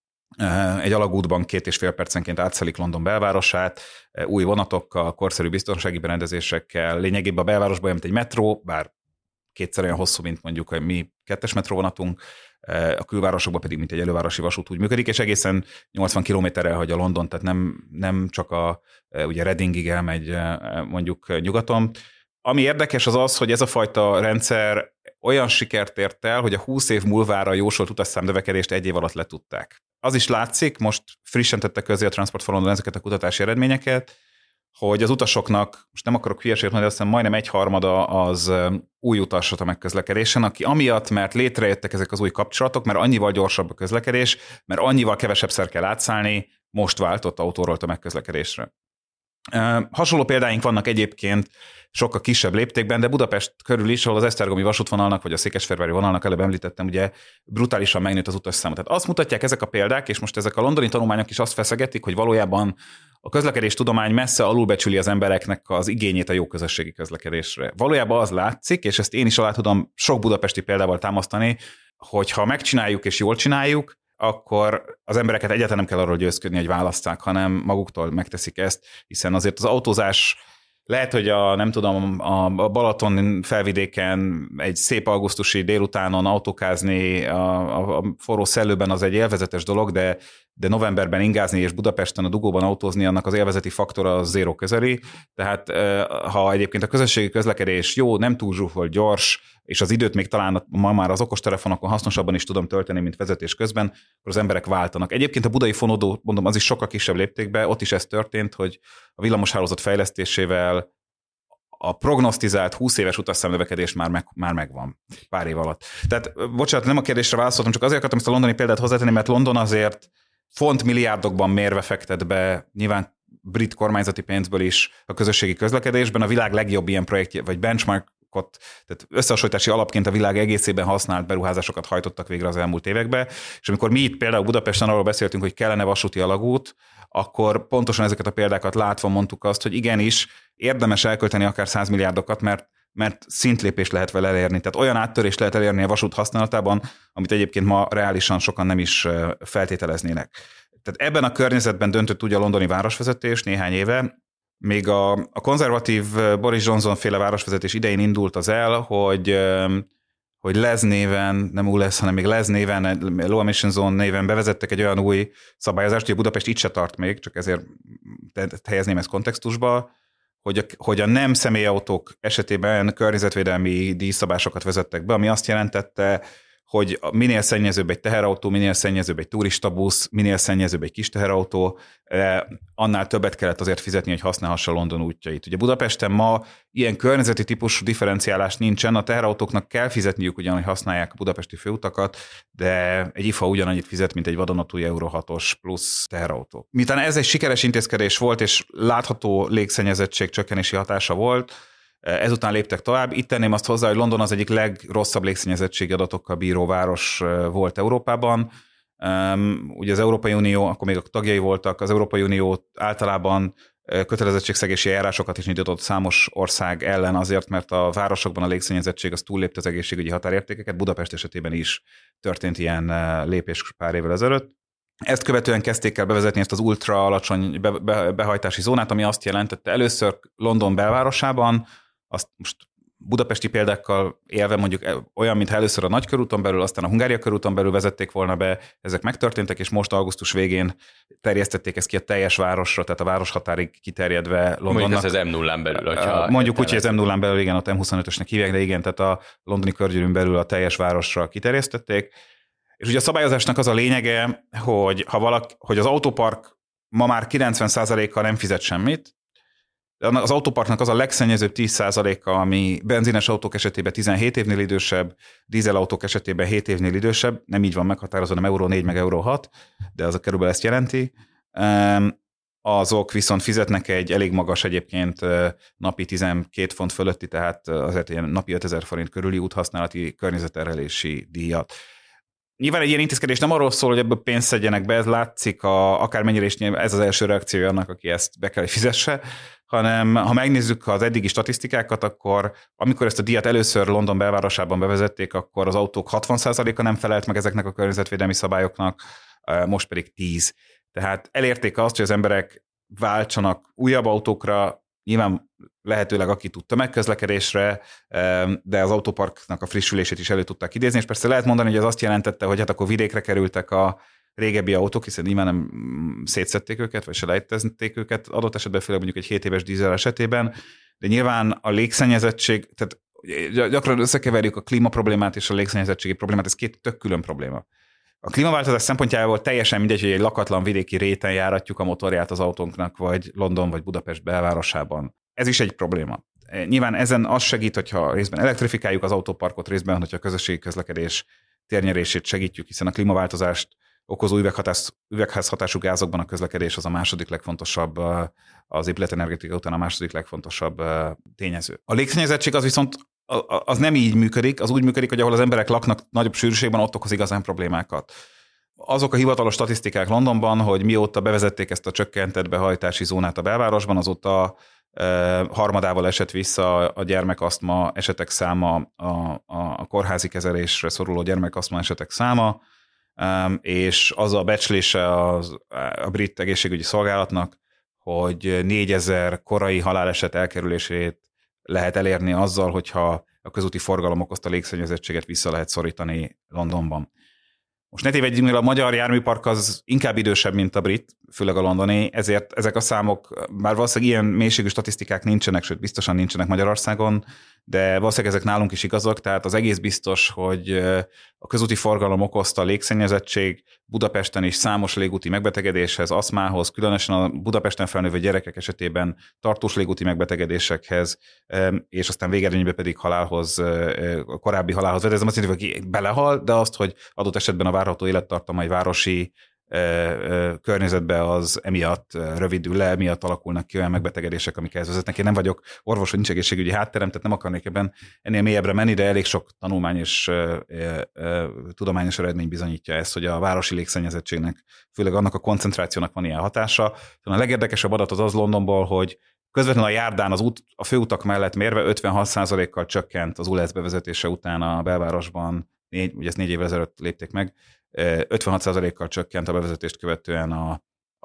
Speaker 2: egy alagútban két és fél percenként átszelik London belvárosát, új vonatokkal, korszerű biztonsági berendezésekkel, lényegében a belvárosban olyan, mint egy metró, bár kétszer olyan hosszú, mint mondjuk a mi kettes metróvonatunk, a külvárosokban pedig, mint egy elővárosi vasút úgy működik, és egészen nyolcvan kilométerrel hagy a London, tehát nem, nem csak a ugye Readingig elmegy mondjuk nyugaton. Ami érdekes az az, hogy ez a fajta rendszer olyan sikert ért el, hogy a húsz év múlvára jósolt utasszám növekedést egy év alatt letudták. Az is látszik, most frissen tette közé a Transport for London ezeket a kutatási eredményeket, hogy az utasoknak, most nem akarok hülyeséget mondani, azt hiszem majdnem egyharmada az új utas a megközlekedésen, aki amiatt, mert létrejöttek ezek az új kapcsolatok, mert annyival gyorsabb a közlekedés, mert annyival kevesebbszer kell átszállni, most váltott autóról a megközlekedésre. Hasonló példáink vannak egyébként sokkal kisebb léptékben, de Budapest körül is, ahol az esztergomi vasútvonalnak, vagy a székesfehérvári vonalnak, előbb említettem, ugye brutálisan megnőtt az utasszáma. Tehát azt mutatják ezek a példák, és most ezek a londoni tanulmányok is azt feszegetik, hogy valójában a közlekedés tudomány messze alulbecsüli az embereknek az igényét a jó közösségi közlekedésre. Valójában az látszik, és ezt én is alá tudom sok budapesti példával támasztani, hogy ha megcsináljuk és jól csináljuk, akkor az embereket egyáltalán nem kell arról győzködni, hogy választák, hanem maguktól megteszik ezt, hiszen azért az autózás lehet, hogy a, nem tudom, a Balaton felvidéken egy szép augusztusi délutánon autókázni a, a forró szellőben az egy élvezetes dolog, de, de novemberben ingázni és Budapesten a dugóban autózni, annak az élvezeti faktora az zéró közeli. Tehát ha egyébként a közösségi közlekedés jó, nem túl zsúfolt, gyors, és az időt még talán ma már az okostelefonokon hasznosabban is tudom tölteni, mint vezetés közben, akkor az emberek váltanak. Egyébként a budai fonódó, mondom, az is sokkal kisebb léptékben, ott is ez történt, hogy a villamoshálózat fejlesztésével a prognosztizált húsz éves utasszámnövekedés már, meg, már megvan pár év alatt. Tehát, bocsánat, nem a kérdésre válaszoltam, csak azért akartam ezt a londoni példát hozzátenni, mert London azért font milliárdokban mérve fektet be, nyilván brit kormányzati pénzből is a közösségi közlekedésben, a világ legjobb ilyen projektje, vagy benchmark, tehát összehasonlítási alapként a világ egészében használt beruházásokat hajtottak végre az elmúlt években, és amikor mi itt például Budapesten arról beszéltünk, hogy kellene vasúti alagút, akkor pontosan ezeket a példákat látva mondtuk azt, hogy igenis érdemes elkölteni akár száz milliárdokat, mert, mert szintlépést lehet vele elérni. Tehát olyan áttörést lehet elérni a vasút használatában, amit egyébként ma reálisan sokan nem is feltételeznének. Tehát ebben a környezetben döntött úgy a londoni városvezetés néhány éve, még a, a konzervatív Boris Johnson féle városvezetés idején indult az el, hogy, hogy Les néven, nem U lesz, hanem még Les néven, Low Emission Zone néven bevezettek egy olyan új szabályozást, hogy a Budapest itt se tart még, csak ezért helyezném ezt kontextusba, hogy a, hogy a nem személyautók esetében környezetvédelmi díjszabásokat vezettek be, ami azt jelentette, hogy minél szennyezőbb egy teherautó, minél szennyezőbb egy turistabusz, minél szennyezőbb egy kis teherautó, annál többet kellett azért fizetni, hogy használhassa London útjait. Ugye Budapesten ma ilyen környezeti típusú differenciálás nincsen, a teherautóknak kell fizetniük ugyan, hogy használják a budapesti főutakat, de egy i ef á ugyanannyit fizet, mint egy vadonatúj Euro hatos plusz teherautó. Miután ez egy sikeres intézkedés volt, és látható légszennyezettség csökkenési hatása volt, ezután léptek tovább. Itt tenném azt hozzá, hogy London az egyik legrosszabb légszennyezettségi adatokkal bíró város volt Európában. Ugye az Európai Unió, akkor még a tagjai voltak, az Európai Unió általában kötelezettségszegési eljárásokat is nyitott számos ország ellen azért, mert a városokban a légszennyezettség az túllépte az egészségügyi határértékeket, Budapest esetében is történt ilyen lépés pár évvel ezelőtt. Ezt követően kezdték el bevezetni ezt az ultra alacsony be, be, behajtási zónát, ami azt jelentette először London belvárosában, azt most budapesti példákkal élve mondjuk olyan, mintha először a Nagykörúton belül, aztán a Hungária körúton belül vezették volna be, ezek megtörténtek, és most augusztus végén terjesztették ezt ki a teljes városra, tehát a városhatárig kiterjedve Londonnak.
Speaker 1: Mondjuk ez az em nullán belül. Hogyha
Speaker 2: mondjuk úgy, hogy az em nullán belül, igen, ott em huszonötösnek hívják, de igen, tehát a londoni körgyűrűn belül a teljes városra kiterjesztették. És ugye a szabályozásnak az a lényege, hogy, ha valaki, hogy az autópark ma már kilencven százalékkal nem fizet semmit, az autóparknak az a legszennyezőbb tíz százaléka, ami benzines autók esetében tizenhét évnél idősebb, dízelautók esetében hét évnél idősebb, nem így van meghatározva, nem Euró négy meg Euró hat, de az a körülbelül ezt jelenti. Azok viszont fizetnek egy elég magas egyébként napi tizenkét font fölötti, tehát azért ilyen napi ötezer forint körüli úthasználati környezetterhelési díjat. Nyilván egy ilyen intézkedés nem arról szól, hogy ebből pénzt szedjenek be, ez látszik, a, akármennyire is ez az első reakciója annak, aki ezt be kell, hogy fizesse, hanem ha megnézzük az eddigi statisztikákat, akkor amikor ezt a díjat először London belvárosában bevezették, akkor az autók hatvan százaléka nem felelt meg ezeknek a környezetvédelmi szabályoknak, most pedig tíz. Tehát elérték azt, hogy az emberek váltsanak újabb autókra, nyilván lehetőleg aki tud tömegközlekedésre, de az autóparknak a frissülését is elő tudták idézni, és persze lehet mondani, hogy ez azt jelentette, hogy hát akkor vidékre kerültek a régebbi autók, hiszen nyilván nem szétszették őket, vagy se lejtezték őket, adott esetben főleg mondjuk egy hét éves dízel esetében, de nyilván a légszennyezettség, tehát gyakran összekeverjük a klímaproblémát és a légszennyezettségi problémát, ez két tök külön probléma. A klímaváltozás szempontjából teljesen mindegy, hogy egy lakatlan vidéki réten járatjuk a motorját az autónknak, vagy London vagy Budapest belvárosában. Ez is egy probléma. Nyilván ezen az segít, hogyha részben elektrifikáljuk az autóparkot, részben, hogyha a közösségi közlekedés térnyerését segítjük, hiszen a klímaváltozást okozó üveghazhatás, üvegházhatású gázokban a közlekedés az a második legfontosabb, az épületenergetika után a második legfontosabb tényező. A légszennyezettség az viszont az nem így működik, az úgy működik, hogy ahol az emberek laknak nagyobb sűrűségben, ott okoz igazán problémákat. Azok a hivatalos statisztikák Londonban, hogy mióta bevezették ezt a csökkentett behajtási zónát a belvárosban, azóta eh, harmadával esett vissza a gyermekasztma esetek száma, a, a, a kórházi kezelésre szoruló gyermekasztma esetek száma, eh, és az a becslése az, a brit egészségügyi szolgálatnak, hogy négyezer korai haláleset elkerülését lehet elérni azzal, hogyha a közúti forgalom okozta légszennyezettséget vissza lehet szorítani Londonban. Most ne tévedjünk, mert a magyar járműpark az inkább idősebb, mint a brit, főleg a londoni, ezért ezek a számok, bár valószínűleg ilyen mélységű statisztikák nincsenek, sőt biztosan nincsenek Magyarországon, de valószínűleg ezek nálunk is igazak, tehát az egész biztos, hogy a közúti forgalom okozta légszennyezettség Budapesten is számos légúti megbetegedéshez, aszmához, különösen a Budapesten felnővő gyerekek esetében tartós légúti megbetegedésekhez, és aztán végeredményben pedig halálhoz, a korábbi halálhoz vezet. Ez azt jelenti, hogy belehal, de azt, hogy adott esetben a várható élettartama egy városi környezetben az emiatt rövidül le, emiatt alakulnak ki olyan megbetegedések, amik ehhez vezetnek. Én nem vagyok orvos, nincs egészségügyi hátterem, tehát nem akarnék ebben ennél mélyebbre menni, de elég sok tanulmány és e, e, e, tudományos eredmény bizonyítja ezt, hogy a városi légszennyezettségnek, főleg annak a koncentrációnak van ilyen hatása. A legérdekesebb adat az az Londonból, hogy közvetlenül a járdán az út, a főutak mellett mérve ötvenhat százalékkal csökkent az u el e es bevezetése után a belvárosban, négy, ugye ezt négy évvel ezelőtt lépték meg, ötvenhat százalékkal csökkent a bevezetést követően a,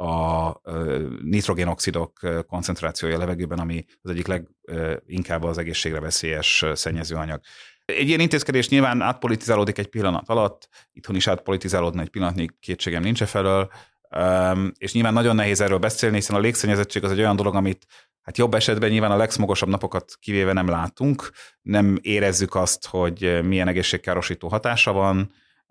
Speaker 2: a nitrogénoxidok koncentrációja a levegőben, ami az egyik leginkább az egészségre veszélyes szennyezőanyag. Egy ilyen intézkedés nyilván átpolitizálódik egy pillanat alatt, itthon is átpolitizálódna egy pillanatnyi, kétségem nincs e felől, és nyilván nagyon nehéz erről beszélni, hiszen a légszennyezettség az egy olyan dolog, amit hát jobb esetben nyilván a legszmogosabb napokat kivéve nem látunk, nem érezzük azt, hogy milyen egészségkárosító hatása van.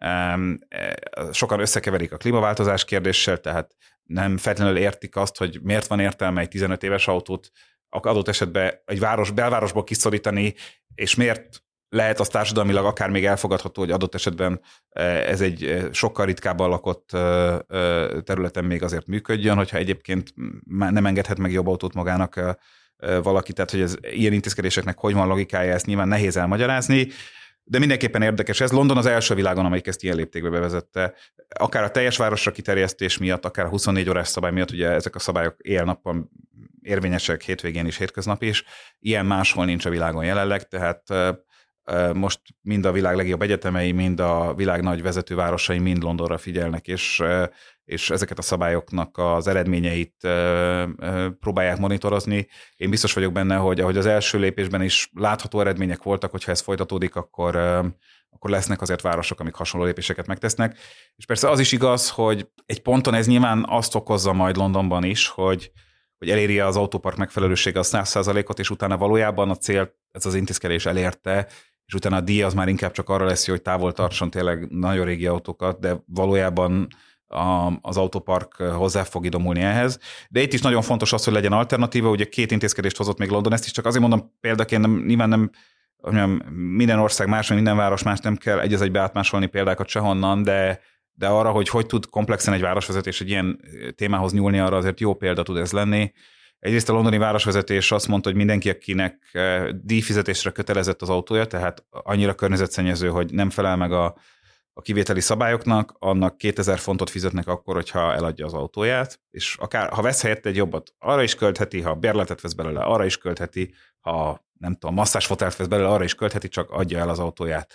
Speaker 2: Sokan összekeverik a klímaváltozás kérdéssel, tehát nem feltétlenül értik azt, hogy miért van értelme egy tizenöt éves autót adott esetben egy város, belvárosból kiszorítani, és miért lehet az társadalmilag akár még elfogadható, hogy adott esetben ez egy sokkal ritkábban lakott területen még azért működjön, hogyha egyébként nem engedhet meg jobb autót magának valaki, tehát hogy ez ilyen intézkedéseknek hogy van logikája, ezt nyilván nehéz elmagyarázni, de mindenképpen érdekes ez. London az első világon, amelyik ezt ilyen léptékbe bevezette. Akár a teljes városra kiterjesztés miatt, akár a huszonnégy órás szabály miatt, ugye ezek a szabályok éjjel-nappal érvényesek, hétvégén is, hétköznap is. Ilyen máshol nincs a világon jelenleg, tehát most mind a világ legjobb egyetemei, mind a világ nagy vezetővárosai mind Londonra figyelnek, és, és ezeket a szabályoknak az eredményeit próbálják monitorozni. Én biztos vagyok benne, hogy ahogy az első lépésben is látható eredmények voltak, hogyha ez folytatódik, akkor, akkor lesznek azért városok, amik hasonló lépéseket megtesznek. És persze az is igaz, hogy egy ponton ez nyilván azt okozza majd Londonban is, hogy hogy eléri az autópark megfelelősége a száz százalékot, és utána valójában a cél, ez az intézkedés elérte, és utána a díj az már inkább csak arra lesz, hogy távol tartson tényleg nagyon régi autókat, de valójában a, az autópark hozzá fog idomulni ehhez. De itt is nagyon fontos az, hogy legyen alternatíva, ugye két intézkedést hozott még London, ezt is csak azért mondom példaként, nem, nyilván nem mondjam, minden ország más, minden város más, nem kell egy az egybe átmásolni példákat sehonnan, de de arra, hogy hogy tud komplexen egy városvezetés egy ilyen témához nyúlni, arra azért jó példa tud ez lenni. Egyrészt a londoni városvezetés azt mondta, hogy mindenki, akinek díjfizetésre kötelezett az autója, tehát annyira környezetszennyező, hogy nem felel meg a, a kivételi szabályoknak, annak kétezer fontot fizetnek akkor, hogyha eladja az autóját, és akár, ha vesz helyette egy jobbat, arra is költheti, ha bérletet vesz belőle, arra is költheti, ha nem tudom, masszázsfotelt vesz belőle, arra is költheti, csak adja el az autóját.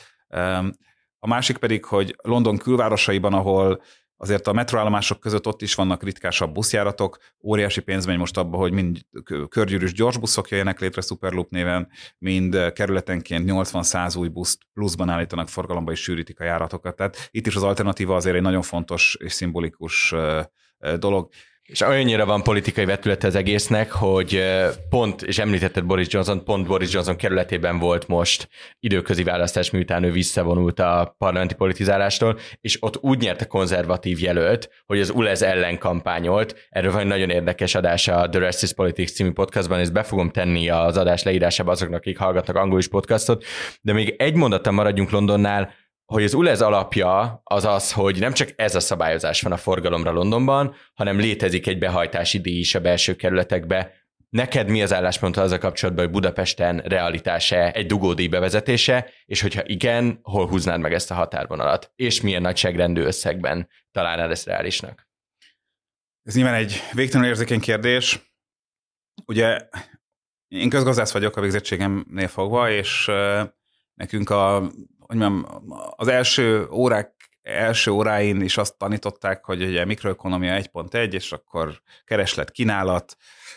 Speaker 2: A másik pedig, hogy London külvárosaiban, ahol azért a metróállomások között ott is vannak ritkásabb buszjáratok, óriási pénz megy most abba, hogy mind körgyűrűs gyorsbuszok jöjjenek létre Superloop néven, mind kerületenként nyolcvan-száz új buszt pluszban állítanak forgalomba és sűrítik a járatokat. Tehát itt is az alternatíva azért egy nagyon fontos és szimbolikus dolog.
Speaker 1: És olyannyira van politikai vetülete az egésznek, hogy pont, és említetted Boris Johnson, pont Boris Johnson kerületében volt most időközi választás, miután ő visszavonult a parlamenti politizálástól, és ott úgy nyert a konzervatív jelölt, hogy az u el e zé ellen kampányolt. Erről van egy nagyon érdekes adása a The Rest is Politics című podcastban, ezt be fogom tenni az adás leírásába azoknak, akik hallgatnak angolis podcastot, de még egy mondattal maradjunk Londonnál, hogy az u el e zé alapja az az, hogy nem csak ez a szabályozás van a forgalomra Londonban, hanem létezik egy behajtási díj is a belső kerületekbe. Neked mi az álláspontod azzal kapcsolatban, hogy Budapesten realitás-e egy dugódíj bevezetése, és hogyha igen, hol húznád meg ezt a határvonalat? És milyen nagyságrendű összegben találnád ezt reálisnak?
Speaker 2: Ez nyilván egy végtelenül érzékeny kérdés. Ugye én közgazdász vagyok a végzettségemnél fogva, és nekünk a hogy mondjam, az első órák, első óráin is azt tanították, hogy ugye mikroökonomia egy pont egy, és akkor kereslet, kínálat.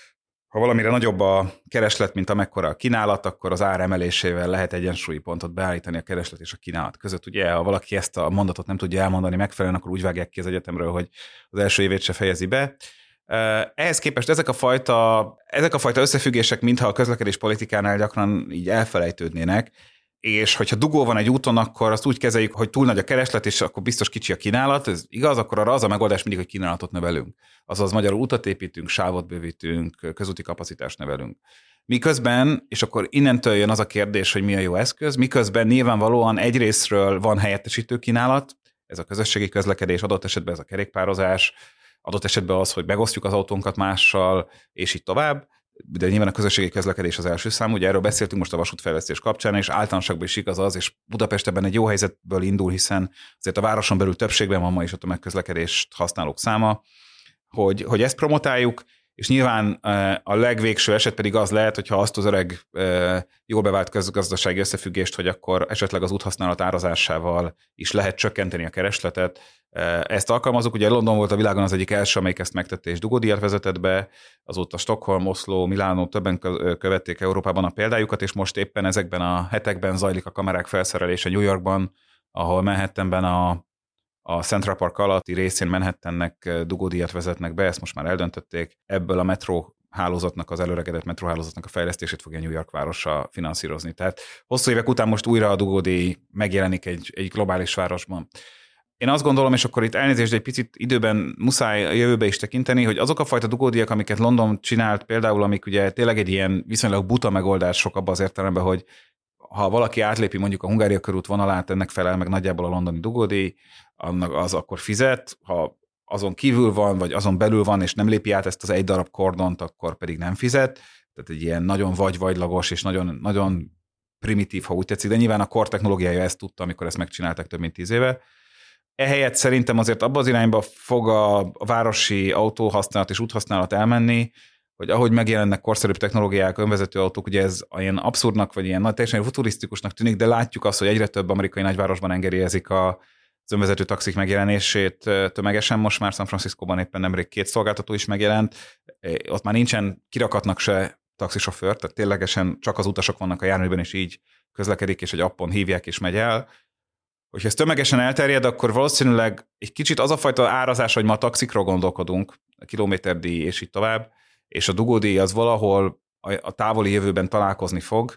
Speaker 2: Ha valamire nagyobb a kereslet, mint amekkora a kínálat, akkor az ár emelésével lehet egyensúlyi pontot beállítani a kereslet és a kínálat között. Ugye, ha valaki ezt a mondatot nem tudja elmondani megfelelően, akkor úgy vágják ki az egyetemről, hogy az első évét se fejezi be. Ehhez képest ezek a fajta, ezek a fajta összefüggések, mintha a közlekedés politikánál gyakran így elfelejtődnének, és hogyha dugó van egy úton, akkor azt úgy kezeljük, hogy túl nagy a kereslet, és akkor biztos kicsi a kínálat. Ez igaz, akkor arra az a megoldás mindig, hogy kínálatot növelünk. Azaz magyarul utat építünk, sávot bővítünk, közúti kapacitást növelünk. Miközben, és akkor innentől jön az a kérdés, hogy mi a jó eszköz, miközben nyilvánvalóan egyrészről van helyettesítő kínálat, ez a közösségi közlekedés, adott esetben ez a kerékpározás, adott esetben az, hogy megosztjuk az autónkat mással, és így tovább, de nyilván a közösségi közlekedés az első szám, ugye erről beszéltünk most a vasútfejlesztés kapcsán, és általánosságban is igaz az, és Budapest ebben egy jó helyzetből indul, hiszen azért a városon belül többségben van ma is a tömegközlekedést használók száma, hogy, hogy ezt promotáljuk, és nyilván a legvégső eset pedig az lehet, hogyha azt az öreg jól bevált közgazdasági összefüggést, hogy akkor esetleg az úthasználat árazásával is lehet csökkenteni a keresletet. Ezt alkalmazunk, ugye London volt a világon az egyik első, amelyik ezt megtette és dugódíjat vezetett be, azóta Stockholm, Oszló, Milánó többen követték Európában a példájukat, és most éppen ezekben a hetekben zajlik a kamerák felszerelése New Yorkban, ahol Manhattanben a a Central Park alatti részén Manhattannek dugódíjat vezetnek be, ezt most már eldöntötték. Ebből a metró hálózatnak, az előregedett metróhálózatnak a fejlesztését fogja New York városa finanszírozni. Tehát hosszú évek után most újra a dugódíj megjelenik egy, egy globális városban. Én azt gondolom, és akkor itt elnézést, de egy picit időben muszáj a jövőbe is tekinteni, hogy azok a fajta dugódíjak, amiket London csinált, például amik ugye tényleg egy ilyen viszonylag buta megoldások abban az értelemben, hogy ha valaki átlépi mondjuk a Hungária körút vonalát, ennek felel meg nagyjából a londoni dugódíj, annak az akkor fizet, ha azon kívül van, vagy azon belül van, és nem lépi át ezt az egy darab kordont, akkor pedig nem fizet. Tehát egy ilyen nagyon vagy-vagylagos, és nagyon, nagyon primitív, ha úgy tetszik, de nyilván a kor technológiája ezt tudta, amikor ezt megcsinálták több mint tíz éve. Ehelyett szerintem azért abba az irányba fog a városi autóhasználat és úthasználat elmenni, hogy ahogy megjelennek korszerűbb technológiák, önvezető autók, ugye ez ilyen abszurdnak, vagy ilyen nagy, teljesen futurisztikusnak tűnik, de látjuk azt, hogy egyre több amerikai nagyvárosban engedélyezik a az önvezető taxik megjelenését tömegesen. Most már San Franciscóban éppen nemrég két szolgáltató is megjelent. Ott már nincsen kirakatnak se taxisofőr, tehát ténylegesen csak az utasok vannak a járműben, és így közlekedik, és egy appon hívják, és megy el. Hogyha ez tömegesen elterjed, akkor valószínűleg egy kicsit az a fajta árazás, hogy ma a taxikról gondolkodunk, a kilométerdíj és így tovább, és a dugódíj az valahol a távoli jövőben találkozni fog,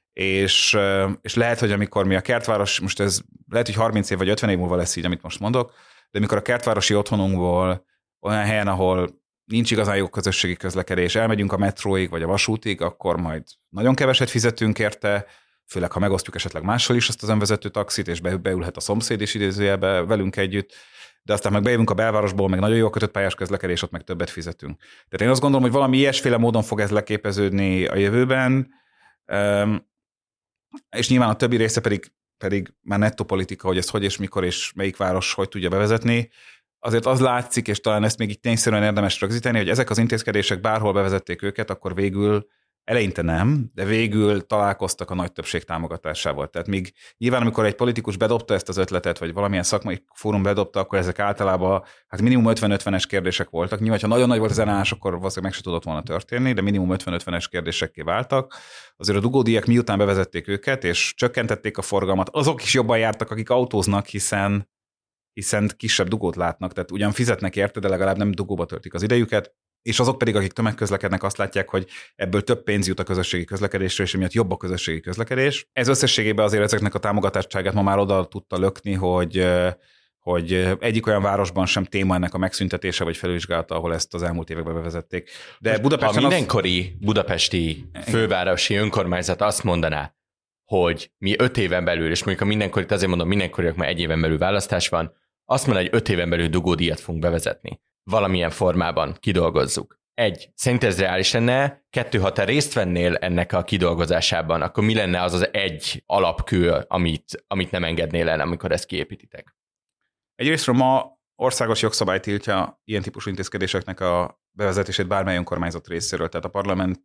Speaker 2: és, és lehet, hogy amikor mi a kertváros, most ez lehet, hogy harminc év vagy ötven év múlva lesz így, amit most mondok, de amikor a kertvárosi otthonunkból olyan helyen, ahol nincs igazán jó közösségi közlekedés, elmegyünk a metróig vagy a vasútig, akkor majd nagyon keveset fizetünk érte, főleg ha megosztjuk esetleg máshol is azt az önvezető taxit, és beülhet a szomszéd is idézőjelbe velünk együtt, de aztán meg bejövünk a belvárosból, meg nagyon jó kötött pályás közlekedés, ott meg többet fizetünk. Tehát én azt gondolom, hogy valami ilyesféle módon fog ez leképeződni a jövőben, és nyilván a többi része pedig pedig már nettó politika, hogy ezt hogy és mikor és melyik város hogy tudja bevezetni. Azért az látszik, és talán ezt még így tényszerűen érdemes rögzíteni, hogy ezek az intézkedések bárhol bevezették őket, akkor végül eleinte nem, de végül találkoztak a nagy többség támogatásával. Tehát míg nyilván, amikor egy politikus bedobta ezt az ötletet, vagy valamilyen szakmai fórum bedobta, akkor ezek általában hát minimum ötven-ötvenes kérdések voltak. Nyilván, ha nagyon nagy volt az ellenállás, akkor valószínűleg meg se tudott volna történni, de minimum ötven-ötvenes kérdésekké váltak. Azért a dugódíjak miután bevezették őket, és csökkentették a forgalmat, azok is jobban jártak, akik autóznak, hiszen hiszen kisebb dugót látnak, tehát ugyan fizetnek érte, de legalább nem dugóba töltik az idejüket, és azok pedig, akik tömegközlekednek, azt látják, hogy ebből több pénz jut a közösségi közlekedésre, és emiatt jobb a közösségi közlekedés. Ez összességében azért ezeknek a támogatottságát ma már oda tudta lökni, hogy, hogy egyik olyan városban sem téma ennek a megszüntetése vagy felvizsgálata, ahol ezt az elmúlt években bevezették. De Budapesten
Speaker 1: ha mindenkori az... budapesti fővárosi önkormányzat azt mondaná, hogy mi öt éven belül, és mondjuk a mindenkorit azért mondom, mindenkoriak már egy éven belül választás van, azt mondja, hogy öt éven belül dugódíjat fogunk bevezetni. Valamilyen formában kidolgozzuk. Egy, szerint ez reális lenne, kettő, ha te részt vennél ennek a kidolgozásában, akkor mi lenne az az egy alapkő, amit, amit nem engednél el, amikor ezt kiépítitek?
Speaker 2: Egyrésztről ma országos jogszabály tiltja ilyen típusú intézkedéseknek a bevezetését bármely önkormányzat részéről. Tehát a parlament,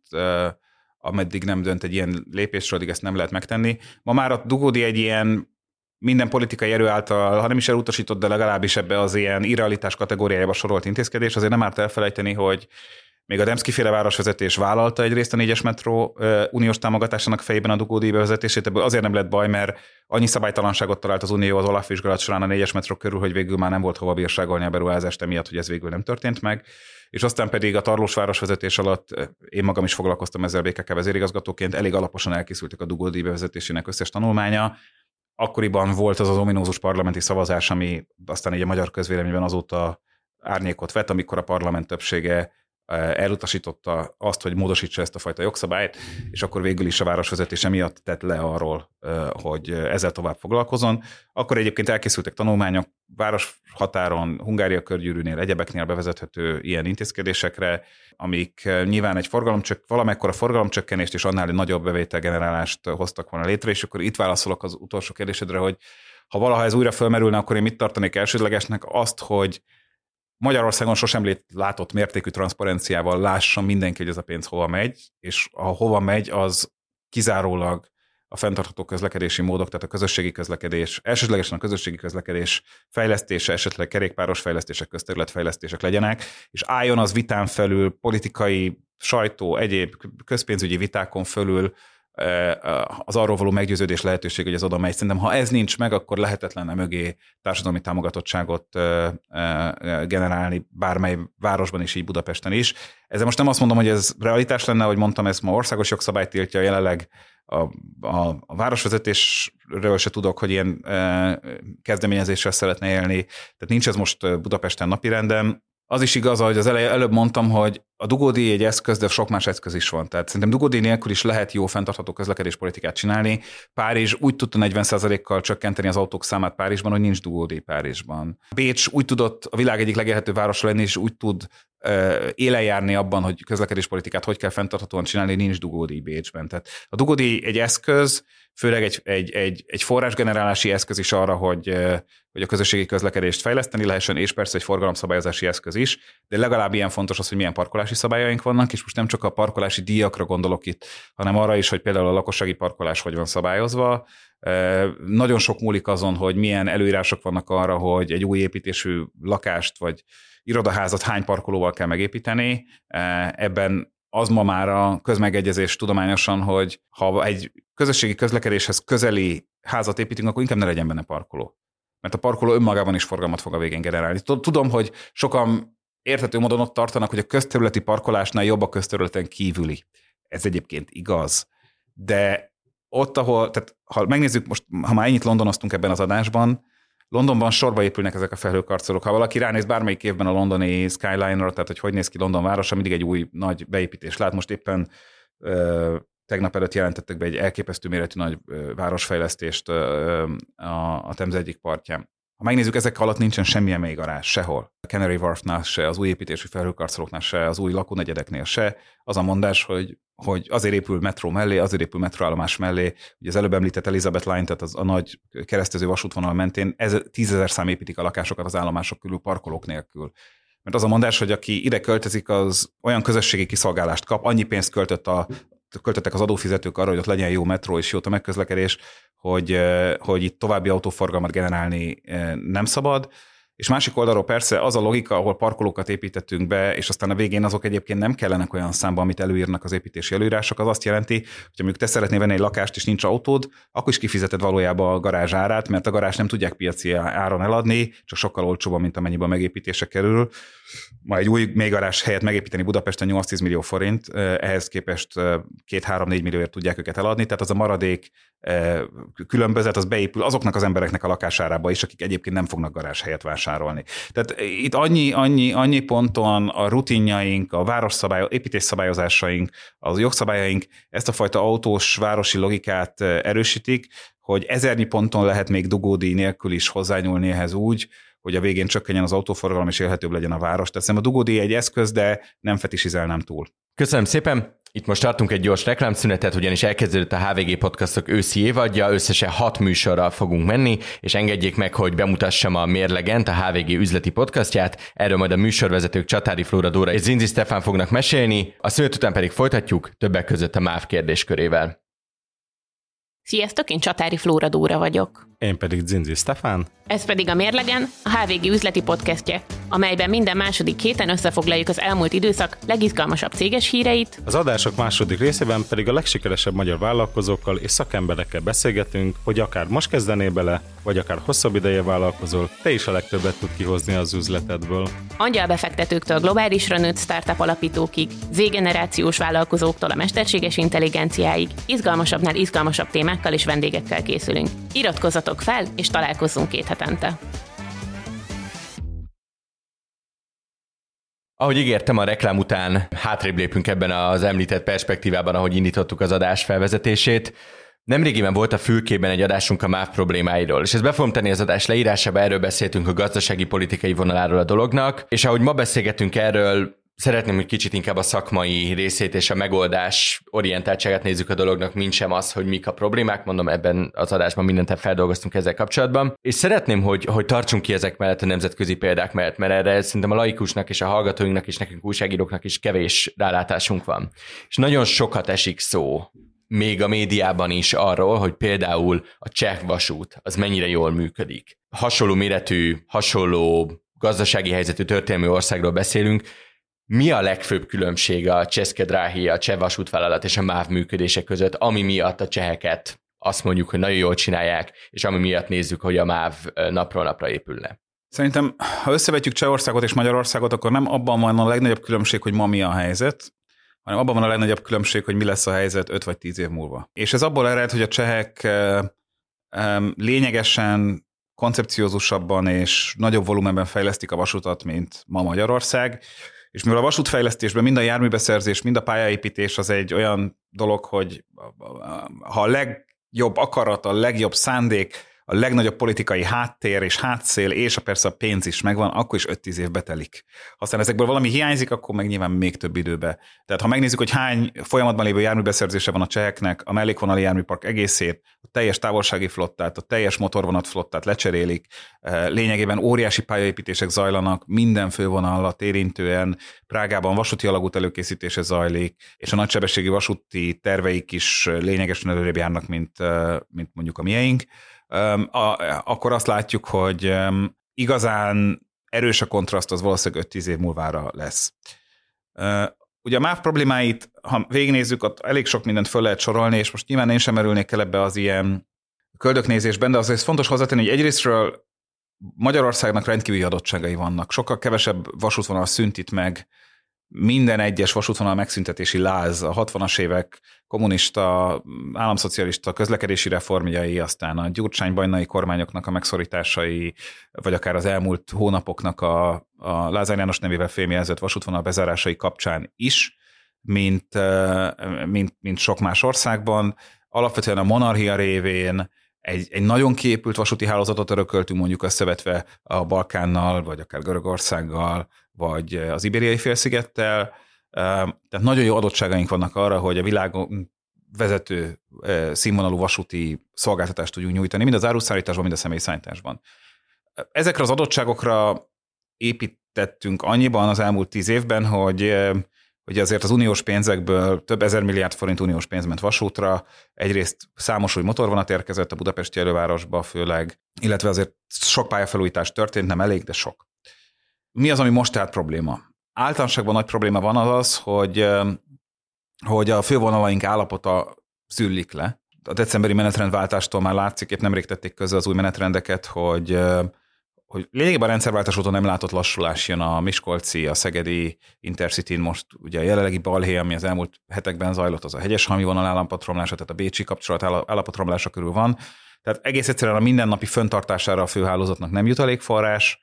Speaker 2: ameddig nem dönt egy ilyen lépésről, addig ezt nem lehet megtenni. Ma már a dugódíj egy ilyen minden politikai erő által, ha nem is elutasított, de legalábbis ebbe az ilyen irrealitás kategóriájába sorolt intézkedés, azért nem árt elfelejteni, hogy még a Dembszky-féle városvezetés vállalta egyrészt a négyes metró uh, uniós támogatásának fejében a dugódíj bevezetését, ebből azért nem lett baj, mert annyi szabálytalanságot talált az Unió az Olaf vizsgálat során a négyes metró körül, hogy végül már nem volt hova bírságolni a beruházást emiatt, hogy ez végül nem történt meg. És aztán pedig a Tarlós városvezetés alatt én magam is foglalkoztam ezzel bé ká ká vezérigazgatóként, elég alaposan elkészültek a dugódíj bevezetésének összes tanulmánya. Akkoriban volt az az ominózus parlamenti szavazás, ami aztán így a magyar közvéleményben azóta árnyékot vett, amikor a parlament többsége elutasította azt, hogy módosítsa ezt a fajta jogszabályt, és akkor végül is a városvezetés emiatt tett le arról, hogy ezzel tovább foglalkozon. Akkor egyébként elkészültek tanulmányok városhatáron, Hungária körgyűrűnél, egyebeknél bevezethető ilyen intézkedésekre, amik nyilván egy forgalomcsök, valamekkora forgalomcsökkenést és annál nagyobb bevételgenerálást hoztak volna létre, és akkor itt válaszolok az utolsó kérdésedre, hogy ha valaha ez újra fölmerülne, akkor én mit tartanék elsődlegesnek? Azt, hogy Magyarországon sosem látott mértékű transzparenciával lássa mindenki, hogy ez a pénz hova megy, és ha hova megy, az kizárólag a fenntartható közlekedési módok, tehát a közösségi közlekedés, elsődlegesen a közösségi közlekedés fejlesztése, esetleg kerékpáros fejlesztések, közterületfejlesztések legyenek, és álljon az vitán felül, politikai, sajtó, egyéb közpénzügyi vitákon felül az arról való meggyőződés lehetőség, hogy ez oda megy. Szerintem, ha ez nincs meg, akkor lehetetlen a mögé társadalmi támogatottságot generálni bármely városban is, így Budapesten is. Ezzel most nem azt mondom, hogy ez realitás lenne, hogy mondtam, ezt ma országos jogszabály tiltja, jelenleg a, a, a városvezetésről se tudok, hogy ilyen kezdeményezéssel szeretne élni, tehát nincs ez most Budapesten napirenden. Az is igaz, hogy az elej, előbb mondtam, hogy a dugódíj egy eszköz, de sok más eszköz is van. Tehát szerintem dugódíj nélkül is lehet jó fenntartható közlekedéspolitikát csinálni. Párizs úgy tudta negyven százalékkal csökkenteni az autók számát Párizsban, hogy nincs dugódíj Párizsban. Bécs úgy tudott a világ egyik legélhetőbb városa lenni, és úgy tud uh, élen járni abban, hogy közlekedéspolitikát hogy kell fenntarthatóan csinálni, nincs dugódíj Bécsben. Tehát a dugódíj egy eszköz, főleg egy, egy, egy, egy forrásgenerálási eszköz is arra, hogy, hogy a közösségi közlekedést fejleszteni lehessen, és persze egy forgalomszabályozási eszköz is, de legalább ilyen fontos az, hogy milyen parkolási szabályaink vannak, és most nem csak a parkolási díjakra gondolok itt, hanem arra is, hogy például a lakossági parkolás hogy van szabályozva. Nagyon sok múlik azon, hogy milyen előírások vannak arra, hogy egy új építésű lakást vagy irodaházat hány parkolóval kell megépíteni. Ebben az ma már a közmegegyezés tudományosan, hogy ha egy közösségi közlekedéshez közeli házat építünk, akkor inkább ne legyen benne parkoló. Mert a parkoló önmagában is forgalmat fog a végén generálni. Tudom, hogy sokan érthető módon ott tartanak, hogy a közterületi parkolásnál jobb a közterületen kívüli. Ez egyébként igaz. De ott, ahol, tehát ha megnézzük most, ha már ennyit londonoztunk ebben az adásban, Londonban sorba épülnek ezek a felhőkarcolók. Ha valaki ránéz bármelyik évben a londoni Skyline-ra, tehát hogy hogy néz ki London városa, mindig egy új nagy beépítés lát. Most éppen ö, tegnap előtt jelentettek be egy elképesztő méretű nagy ö, városfejlesztést ö, a, a Temze egyik partján. Ha megnézzük, ezek alatt nincsen semmilyen mélygarázs, sehol. A Canary Wharfnál se, az új építésű felhőkarcolóknál se, az új lakónegyedeknél se. Az a mondás, hogy, hogy azért épül metró mellé, azért épül metróállomás mellé. Ugye az előbb említett Elizabeth Line, tehát az a nagy keresztező vasútvonal mentén ez, tízezer szám építik a lakásokat az állomások körül parkolók nélkül. Mert az a mondás, hogy aki ide költözik, az olyan közösségi kiszolgálást kap, annyi pénzt költött a költöttek az adófizetők arra, hogy ott legyen jó metró és jó tömegközlekedés, hogy, hogy itt további autóforgalmat generálni nem szabad. És másik oldalról persze az a logika, ahol parkolókat építettünk be, és aztán a végén azok egyébként nem kellenek olyan számba, amit előírnak az építési előírások, az azt jelenti, hogy mondjuk te szeretnél venni egy lakást, és nincs autód, akkor is kifizeted valójában a garázs árát, mert a garázs nem tudják piaci áron eladni, csak sokkal olcsóban, mint amennyiben a megépítése kerül. Ma egy új mélygarázs helyet megépíteni Budapesten nyolc-tíz millió forint, ehhez képest két-három-négy millióért tudják őket eladni, tehát az a maradék különbözet, az beépül azoknak az embereknek a lakásárába is, akik egyébként nem fognak garázs helyet vásárolni. Tehát itt annyi, annyi, annyi ponton a rutinjaink, a városszabály, építésszabályozásaink, az jogszabályaink ezt a fajta autós városi logikát erősítik, hogy ezernyi ponton lehet még dugódíj nélkül is hozzányúlni ehhez úgy, hogy a végén csökkenjen az autóforgalom és élhetőbb legyen a város. Tehát szerintem a dugódíj egy eszköz, de nem fetisizelnem túl.
Speaker 1: Köszönöm szépen! Itt most tartunk egy gyors reklámszünetet, ugyanis elkezdődött a há vé gé Podcastok őszi évadja, összesen hat műsorral fogunk menni, és engedjék meg, hogy bemutassam a Mérlegent, a há vé gé üzleti podcastját. Erről majd a műsorvezetők Csatári Flóra Dóra és Zinzi Stefán fognak mesélni, a szünet után pedig folytatjuk, többek között a MÁV kérdéskörével.
Speaker 3: Sziasztok, én Csatári Flóra Dóra vagyok.
Speaker 4: Én pedig Zinzi Stefán.
Speaker 3: Ez pedig a Mérlegen, a há vé gé üzleti podcastje, amelyben minden második héten összefoglaljuk az elmúlt időszak legizgalmasabb céges híreit.
Speaker 4: Az adások második részében pedig a legsikeresebb magyar vállalkozókkal és szakemberekkel beszélgetünk, hogy akár most kezdenél bele, vagy akár hosszabb ideje vállalkozol, te is a legtöbbet tud kihozni az üzletedből.
Speaker 3: Angyalbefektetőktől globálisra nőtt startup alapítókig, Z-generációs vállalkozóktól a mesterséges intelligenciáig, izgalmasabbnál izgalmasabb témákkal és vendégekkel készülünk. Iratkozzatok fel, és találkozzunk két hetente.
Speaker 1: Ahogy ígértem, a reklám után hátrébb lépünk ebben az említett perspektívában, ahogy indítottuk az adás felvezetését. Nemrégiben volt a fülkében egy adásunk a MÁV problémáiról, és ezt be fogom tenni az adás leírásába, erről beszéltünk a gazdasági politikai vonaláról a dolognak, és ahogy ma beszélgetünk erről, szeretném, hogy kicsit inkább a szakmai részét és a megoldás orientáltságát nézzük a dolognak, mint sem az, hogy mik a problémák, mondom, ebben az adásban mindent feldolgoztunk ezzel kapcsolatban. És szeretném, hogy, hogy tartsunk ki ezek mellett a nemzetközi példák mellett, mert erre szerintem a laikusnak és a hallgatóinknak és nekünk újságíróknak is kevés rálátásunk van. És nagyon sokat esik szó, még a médiában is arról, hogy például a cseh vasút az mennyire jól működik. Hasonló méretű, hasonló gazdasági helyzetű történelmi országról beszélünk. Mi a legfőbb különbség a České dráhy, a cseh vasútvállalat és a MÁV működése között, ami miatt a cseheket azt mondjuk, hogy nagyon jól csinálják, és ami miatt nézzük, hogy a MÁV napról napra épülne?
Speaker 2: Szerintem, ha összevetjük Csehországot és Magyarországot, akkor nem abban van a legnagyobb különbség, hogy ma mi a helyzet, hanem abban van a legnagyobb különbség, hogy mi lesz a helyzet öt vagy tíz év múlva. És ez abból ered, hogy a csehek lényegesen koncepciózusabban és nagyobb volumenben fejlesztik a vasutat, mint ma Magyarország. És mivel a vasútfejlesztésben mind a járműbeszerzés, mind a pályaépítés az egy olyan dolog, hogy ha a legjobb akarat, a legjobb szándék, a legnagyobb politikai háttér és hátszél, és a persze a pénz is megvan, akkor is öt-tíz év betelik. Ha aztán ezekből valami hiányzik, akkor meg nyilván még több időbe. Tehát ha megnézzük, hogy hány folyamatban lévő járműbeszerzése van a cseheknek, a mellékvonali járműpark egészét, a teljes távolsági flottát, a teljes motorvonat flottát lecserélik, lényegében óriási pályaépítések zajlanak, minden fővonalat érintően, Prágában vasúti alagút előkészítése zajlik, és a nagysebességű vasúti terveik is lényegesen előrébb járnak, mint, mint mondjuk a miénk. Akkor azt látjuk, hogy igazán erős a kontraszt, az valószínűleg öt-tíz év múlvára lesz. Ugye a MÁV problémáit, ha végignézzük, ott elég sok mindent föl lehet sorolni, és most nyilván én sem merülnék el ebbe az ilyen köldöknézésben, de azért fontos hozzátenni, hogy egyrésztről Magyarországnak rendkívüli adottságai vannak. Sokkal kevesebb vasútvonal szüntít meg, minden egyes vasútvonal megszüntetési láz, a hatvanas évek kommunista, államszocialista közlekedési reformjai, aztán a Gyurcsány-Bajnai kormányoknak a megszorításai, vagy akár az elmúlt hónapoknak a, a Lázár János nevével fémjelzett vasútvonal bezárásai kapcsán is, mint, mint, mint sok más országban. Alapvetően a monarchia révén egy, egy nagyon kiépült vasúti hálózatot örököltünk mondjuk összevetve a Balkánnal, vagy akár Görögországgal, vagy az Ibériai félszigettel. Tehát nagyon jó adottságaink vannak arra, hogy a világon vezető színvonalú vasúti szolgáltatást tudjunk nyújtani, mind az áruszállításban, mind a személyszállításban. Ezekre az adottságokra építettünk annyiban az elmúlt tíz évben, hogy, hogy azért az uniós pénzekből több ezer milliárd forint uniós pénz ment vasútra, egyrészt számos új motorvonat érkezett a budapesti elővárosba főleg, illetve azért sok pályafelújítás történt, nem elég, de sok. Mi az, ami most tehát probléma? Általánosságban nagy probléma van az az, hogy, hogy a fővonalaink állapota szűlik le. A decemberi menetrendváltástól már látszik, épp nemrég tették közre az új menetrendeket, hogy, hogy lényegében a rendszerváltás óta nem látott lassulás jön a miskolci, a szegedi Intercityn, most ugye a jelenlegi balhé, ami az elmúlt hetekben zajlott, az a Hegyeshalmi vonal állapotromlása, tehát a bécsi kapcsolat állapotromlása körül van. Tehát egész egyszerűen a mindennapi fenntartására a főhálózatnak nem jut elég forrás.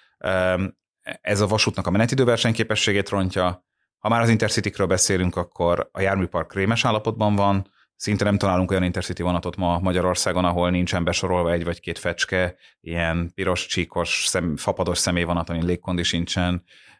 Speaker 2: Ez a vasútnak a menetidő versenyképességét rontja. Ha már az Intercitykről beszélünk, akkor a járműpark rémes állapotban van. Szinte nem találunk olyan Intercity vonatot ma Magyarországon, ahol nincsen besorolva egy vagy két fecske, ilyen piros, csíkos, szem, fapados személyvonat, amin légkondi sincsen,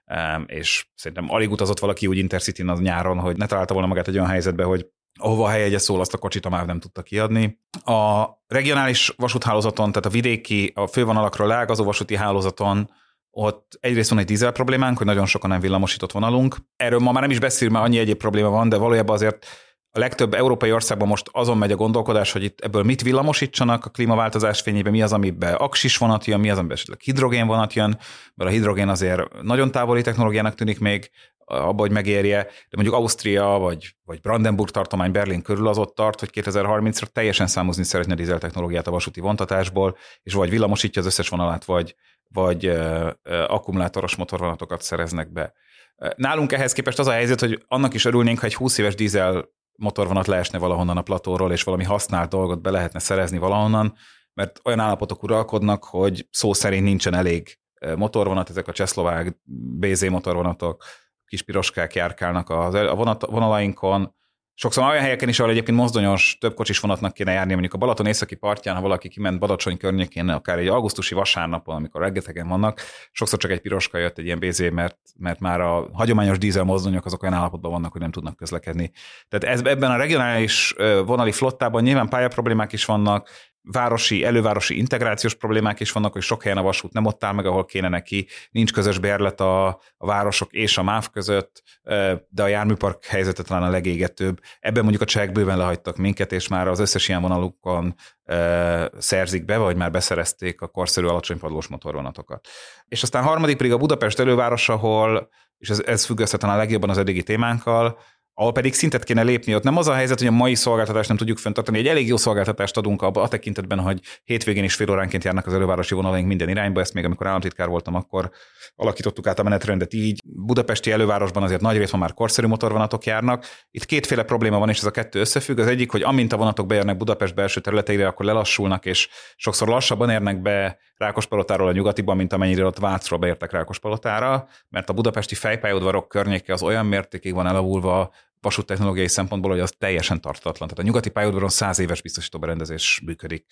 Speaker 2: és szerintem alig utazott valaki úgy Intercityn az nyáron, hogy ne találta volna magát egy olyan helyzetbe, hogy ahova a helyjegye szól, azt a kocsit a MÁV nem tudta kiadni. A regionális vasúthálózaton, tehát a vidéki, a fővonalakról leágazó vasúti hálózaton ott egyrészt van egy dízel problémánk, hogy nagyon sokan nem villamosított vonalunk. Erről ma már nem is beszélünk, mert annyi egyéb probléma van, de valójában azért a legtöbb európai országban most azon megy a gondolkodás, hogy itt ebből mit villamosítsanak a klímaváltozás fényében, mi az, amiben aksis vonat jön, mi az, amiben esetleg hidrogén vonat jön, mert a hidrogén azért nagyon távoli technológiának tűnik még abba, hogy megérje, de mondjuk Ausztria vagy, vagy Brandenburg tartomány Berlin körül az ott tart, hogy kétezer-harmincra teljesen számozni szeretne a dízel technológiát a vasúti vontatásból, és vagy villamosítja az összes vonalát, vagy, vagy uh, uh, akkumulátoros motorvonatokat szereznek be. Nálunk ehhez képest az a helyzet, hogy annak is örülnénk, ha egy húsz éves dízel motorvonat leesne valahonnan a platóról, és valami használt dolgot be lehetne szerezni valahonnan, mert olyan állapotok uralkodnak, hogy szó szerint nincsen elég motorvonat, ezek a csehszlovák bé zé motorvonatok, kis piroskák járkálnak a vonat, vonalainkon. Sokszor olyan helyeken is, ahol egyébként mozdonyos, több kocsis vonatnak kéne járni, mondjuk a Balaton északi partján, ha valaki kiment Badacsony környékén, akár egy augusztusi vasárnapon, amikor reggetegen vannak, sokszor csak egy piroska jött, egy ilyen bé zé, mert, mert már a hagyományos dízel mozdonyok azok olyan állapotban vannak, hogy nem tudnak közlekedni. Tehát ez, ebben a regionális vonali flottában nyilván pályaproblémák is vannak, városi, elővárosi integrációs problémák is vannak, hogy sok helyen a vasút nem ott áll meg, ahol kéne neki, nincs közös bérlet a, a városok és a MÁV között, de a járműpark helyzete talán a legégetőbb. Ebben mondjuk a csehek bőven lehagytak minket, és már az összes ilyen vonalukon e, szerzik be, vagy már beszerezték a korszerű alacsonypadlós motorvonatokat. És aztán harmadik pedig a Budapest előváros, ahol, és ez, ez függ össze talán a legjobban az eddigi témánkkal, ahol pedig szintet kéne lépni. Ott nem az a helyzet, hogy a mai szolgáltatást nem tudjuk fenntartani. Egy elég jó szolgáltatást adunk a, a tekintetben, hogy hétvégén is fél óránként járnak az elővárosi vonalaink minden irányba. Ezt még amikor államtitkár voltam, akkor alakítottuk át a menetrendet így. Budapesti elővárosban azért nagy részt már korszerű motorvonatok járnak. Itt kétféle probléma van, és ez a kettő összefügg. Az egyik, hogy amint a vonatok beérnek Budapest belső területeire, akkor lelassulnak, és sokszor lassabban érnek be Rákospalotáról a nyugatiban, mint amennyire ott Vácról beértek Rákospalotára, mert a budapesti fejpályaudvarok környéke az olyan mértékig van elavulva vasúttechnológiai szempontból, hogy az teljesen tartatlan. Tehát a nyugati pályaudvaron száz éves biztosítóberendezés működik.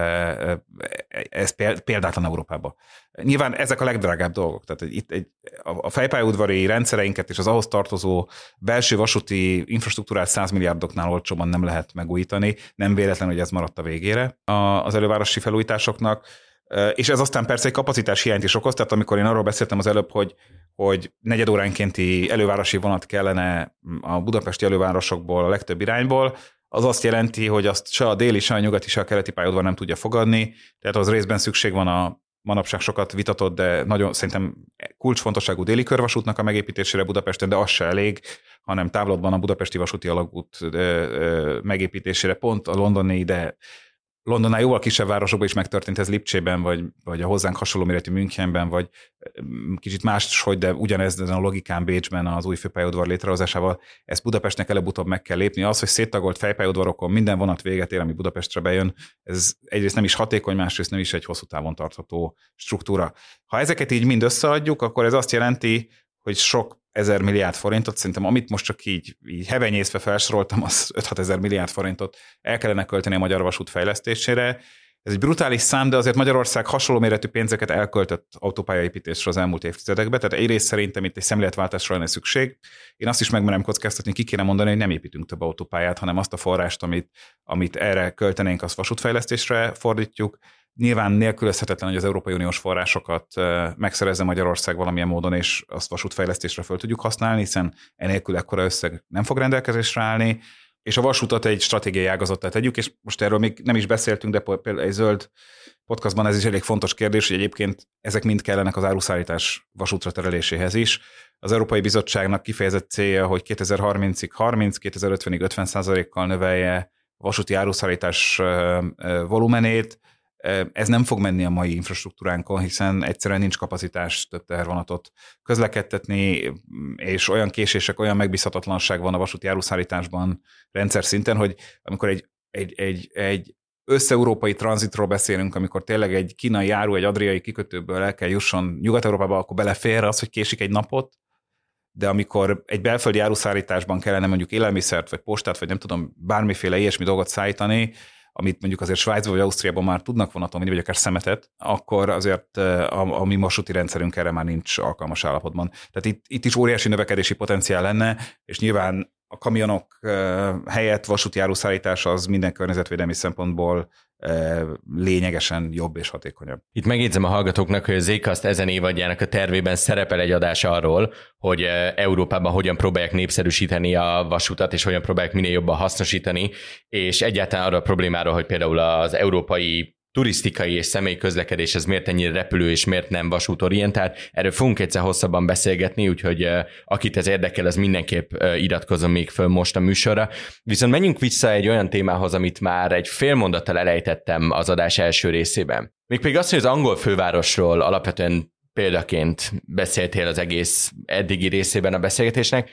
Speaker 2: Ez példátlan Európában. Nyilván ezek a legdrágább dolgok. Tehát itt egy, a fejpályaudvari rendszereinket és az ahhoz tartozó belső vasúti infrastruktúrát száz milliárdoknál olcsóban nem lehet megújítani. Nem véletlen, hogy ez maradt a végére az elővárosi felújításoknak. És ez aztán persze egy kapacitás hiányt is okoz, tehát amikor én arról beszéltem az előbb, hogy, hogy negyedóránkénti elővárosi vonat kellene a budapesti elővárosokból, a legtöbb irányból, az azt jelenti, hogy azt se a déli, se a nyugati, se a keleti pályaudvar nem tudja fogadni, tehát az részben szükség van a manapság sokat vitatott, de nagyon szerintem kulcsfontosságú déli körvasútnak a megépítésére Budapesten, de az se elég, hanem távlatban a budapesti vasúti alagút megépítésére, pont a londoni, de Londonnál jóval kisebb városokban is megtörtént ez, Lipcsében, vagy, vagy a hozzánk hasonló méretű Münchenben, vagy kicsit máshogy, de ugyanez a logikán Bécsben az új főpályaudvar létrehozásával. Ezt Budapestnek előbb-utóbb meg kell lépni. Az, hogy széttagolt fejpályaudvarokon minden vonat véget ér, ami Budapestre bejön, ez egyrészt nem is hatékony, másrészt nem is egy hosszú távon tartható struktúra. Ha ezeket így mind összeadjuk, akkor ez azt jelenti, hogy sok ezer milliárd forintot, szerintem amit most csak így, így hevenyészve felsoroltam, az öt-hat ezer milliárd forintot el kellene költeni a magyar vasút fejlesztésére, Ez egy brutális szám, de azért Magyarország hasonló méretű pénzeket elköltött autópályaépítésre az elmúlt évtizedekben, tehát egyrészt szerintem itt egy szemléletváltásra lenne szükség. Én azt is megmerem kockáztatni, ki kéne mondani, hogy nem építünk több autópályát, hanem azt a forrást, amit, amit erre költenénk, azt vasútfejlesztésre fordítjuk. Nyilván nélkülözhetetlen, hogy az Európai Uniós forrásokat megszerezze Magyarország valamilyen módon, és azt vasútfejlesztésre föl tudjuk használni, hiszen enélkül ekkora összeg nem fog rendelkezésre állni, és a vasútat egy stratégiai ágazattá tegyük, és most erről még nem is beszéltünk, de például egy zöld podcastban ez is elég fontos kérdés, hogy egyébként ezek mind kellenek az áruszállítás vasútra tereléséhez is. Az Európai Bizottságnak kifejezett célja, hogy kétezer-harmincig harminc, kétezer-ötvenig ötven százalékkal növelje a vasúti áruszállítás volumenét. Ez nem fog menni a mai infrastruktúránkon, hiszen egyszerűen nincs kapacitás több tehervonatot közlekedtetni, és olyan késések, olyan megbízhatatlanság van a vasúti áruszállításban rendszer szinten, hogy amikor egy, egy, egy, egy össze-európai tranzitról beszélünk, amikor tényleg egy kínai áru, egy adriai kikötőből el kell jusson Nyugat-Európába, akkor belefér az, hogy késik egy napot, de amikor egy belföldi áruszállításban kellene mondjuk élelmiszert, vagy postát, vagy nem tudom, bármiféle ilyesmi dolgot szállítani, amit mondjuk azért Svájcban vagy Ausztriában már tudnak vonaton vinni, vagy akár szemetet, akkor azért a, a mi vasúti rendszerünk erre már nincs alkalmas állapotban. Tehát itt, itt is óriási növekedési potenciál lenne, és nyilván a kamionok helyett vasúti áruszállítás az minden környezetvédelmi szempontból lényegesen jobb és hatékonyabb.
Speaker 1: Itt megjegyzem a hallgatóknak, hogy a Zcast ezen évadjának a tervében szerepel egy adás arról, hogy Európában hogyan próbálják népszerűsíteni a vasutat, és hogyan próbálják minél jobban hasznosítani, és egyáltalán arra a problémáról, hogy például az európai turisztikai és személyi közlekedés ez miért ennyire repülő és miért nem vasútorientált. Erről fogunk egyszer hosszabban beszélgetni, úgyhogy akit ez érdekel, az mindenképp iratkozzon még föl most a műsorra. Viszont menjünk vissza egy olyan témához, amit már egy fél mondattal elejtettem az adás első részében. Mégpedig azt, hogy az angol fővárosról alapvetően példaként beszéltél az egész eddigi részében a beszélgetésnek,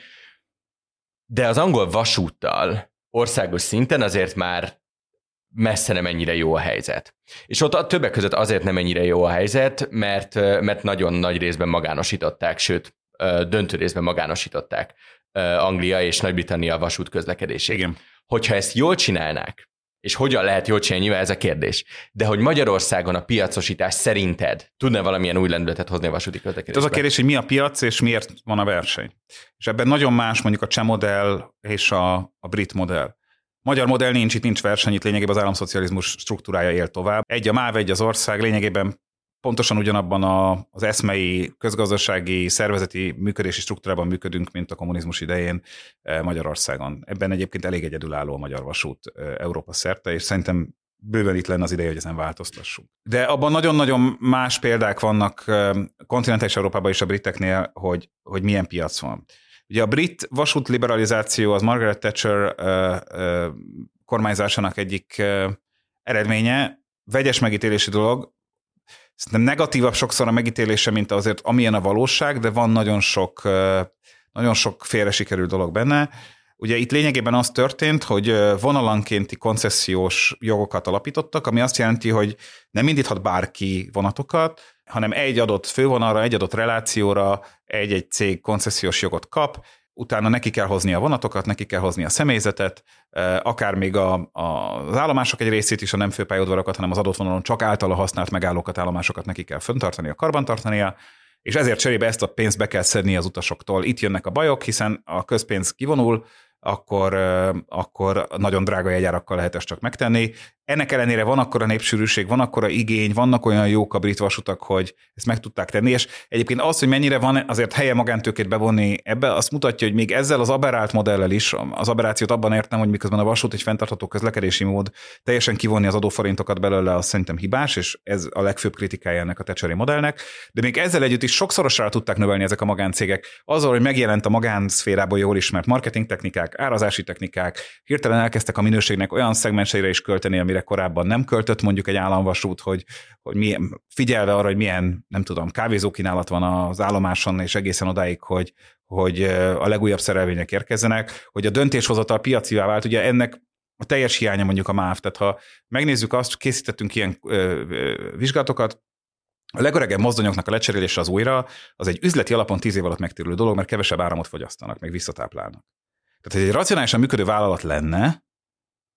Speaker 1: de az angol vasúttal országos szinten azért már messze nem ennyire jó a helyzet. És ott a többek között azért nem ennyire jó a helyzet, mert, mert nagyon nagy részben magánosították, sőt, döntő részben magánosították Anglia és Nagy-Britannia vasút közlekedését.
Speaker 2: Igen.
Speaker 1: Hogyha ezt jól csinálnák, és hogyan lehet jól csinálni, nyilván ez a kérdés, de hogy Magyarországon a piacosítás szerinted tudna valamilyen új lendületet hozni a vasúti közlekedésbe?
Speaker 2: Az a kérdés, hogy mi a piac, és miért van a verseny. És ebben nagyon más mondjuk a cseh modell és a, a brit modell. Magyar modell nincs, itt nincs verseny, itt lényegében az államszocializmus struktúrája él tovább. Egy a MÁV, egy az ország, lényegében pontosan ugyanabban a, az eszmei, közgazdasági, szervezeti működési struktúrában működünk, mint a kommunizmus idején Magyarországon. Ebben egyébként elég egyedülálló a magyar vasút Európa szerte, és szerintem bőven itt lenne az ideje, hogy ezen változtassunk. De abban nagyon-nagyon más példák vannak kontinentális Európában és a briteknél, hogy, hogy milyen piac van. Ugye a brit vasútliberalizáció az Margaret Thatcher uh, uh, kormányzásának egyik uh, eredménye, vegyes megítélési dolog. Szerintem negatívabb sokszor a megítélése, mint azért amilyen a valóság, de van nagyon sok, uh, nagyon sok félre sikerült dolog benne. Ugye itt lényegében az történt, hogy vonalankénti koncesziós jogokat alapítottak, ami azt jelenti, hogy nem indíthat bárki vonatokat, hanem egy adott fővonalra, egy adott relációra egy-egy cég koncesziós jogot kap, utána neki kell hozni a vonatokat, neki kell hozni a személyzetet, akár még a, a, az állomások egy részét is, a nem főpályaudvarakat, hanem az adott vonalon csak általa használt megállókat, állomásokat neki kell föntartania, karbantartania, és ezért cserébe ezt a pénzt be kell szedni az utasoktól. Itt jönnek a bajok, hiszen a közpénz kivonul, akkor, akkor nagyon drága jegyárakkal lehet ezt csak megtenni. Ennek ellenére van akkora népsűrűség, van akkora igény, vannak olyan jók a brit vasutak, hogy ezt meg tudták tenni, és egyébként az, hogy mennyire van azért helye magántőkét bevonni ebbe, azt mutatja, hogy még ezzel az aberrált modellel is, az aberrációt abban értem, hogy miközben a vasút egy fenntartható közlekedési mód, teljesen kivonni az adóforintokat belőle, az szerintem hibás, és ez a legfőbb kritikája ennek a Thatcheri modellnek, de még ezzel együtt is sokszorosra tudták növelni ezek a magáncégek, azzal, hogy megjelent a magánszférában jól ismert marketing technikák, árazási technikák, hirtelen elkezdtek a minőségnek olyan szegmenseire is költeni, amire korábban nem költött mondjuk egy államvasút, hogy, hogy milyen, figyelve arra, hogy milyen, nem tudom, kávézókínálat van az állomáson, és egészen odáig, hogy, hogy a legújabb szerelvények érkezzenek, hogy a döntéshozatal piacivá vált, ugye ennek a teljes hiánya mondjuk a MÁV, tehát ha megnézzük azt, készítettünk ilyen ö, ö, vizsgálatokat, a legöregebb mozdonyoknak a lecserélése az újra, az egy üzleti alapon tíz év alatt megtérülő dolog, mert kevesebb áramot fogyasztanak, meg visszatáplálnak. Tehát, hogy egy racionálisan működő vállalat lenne,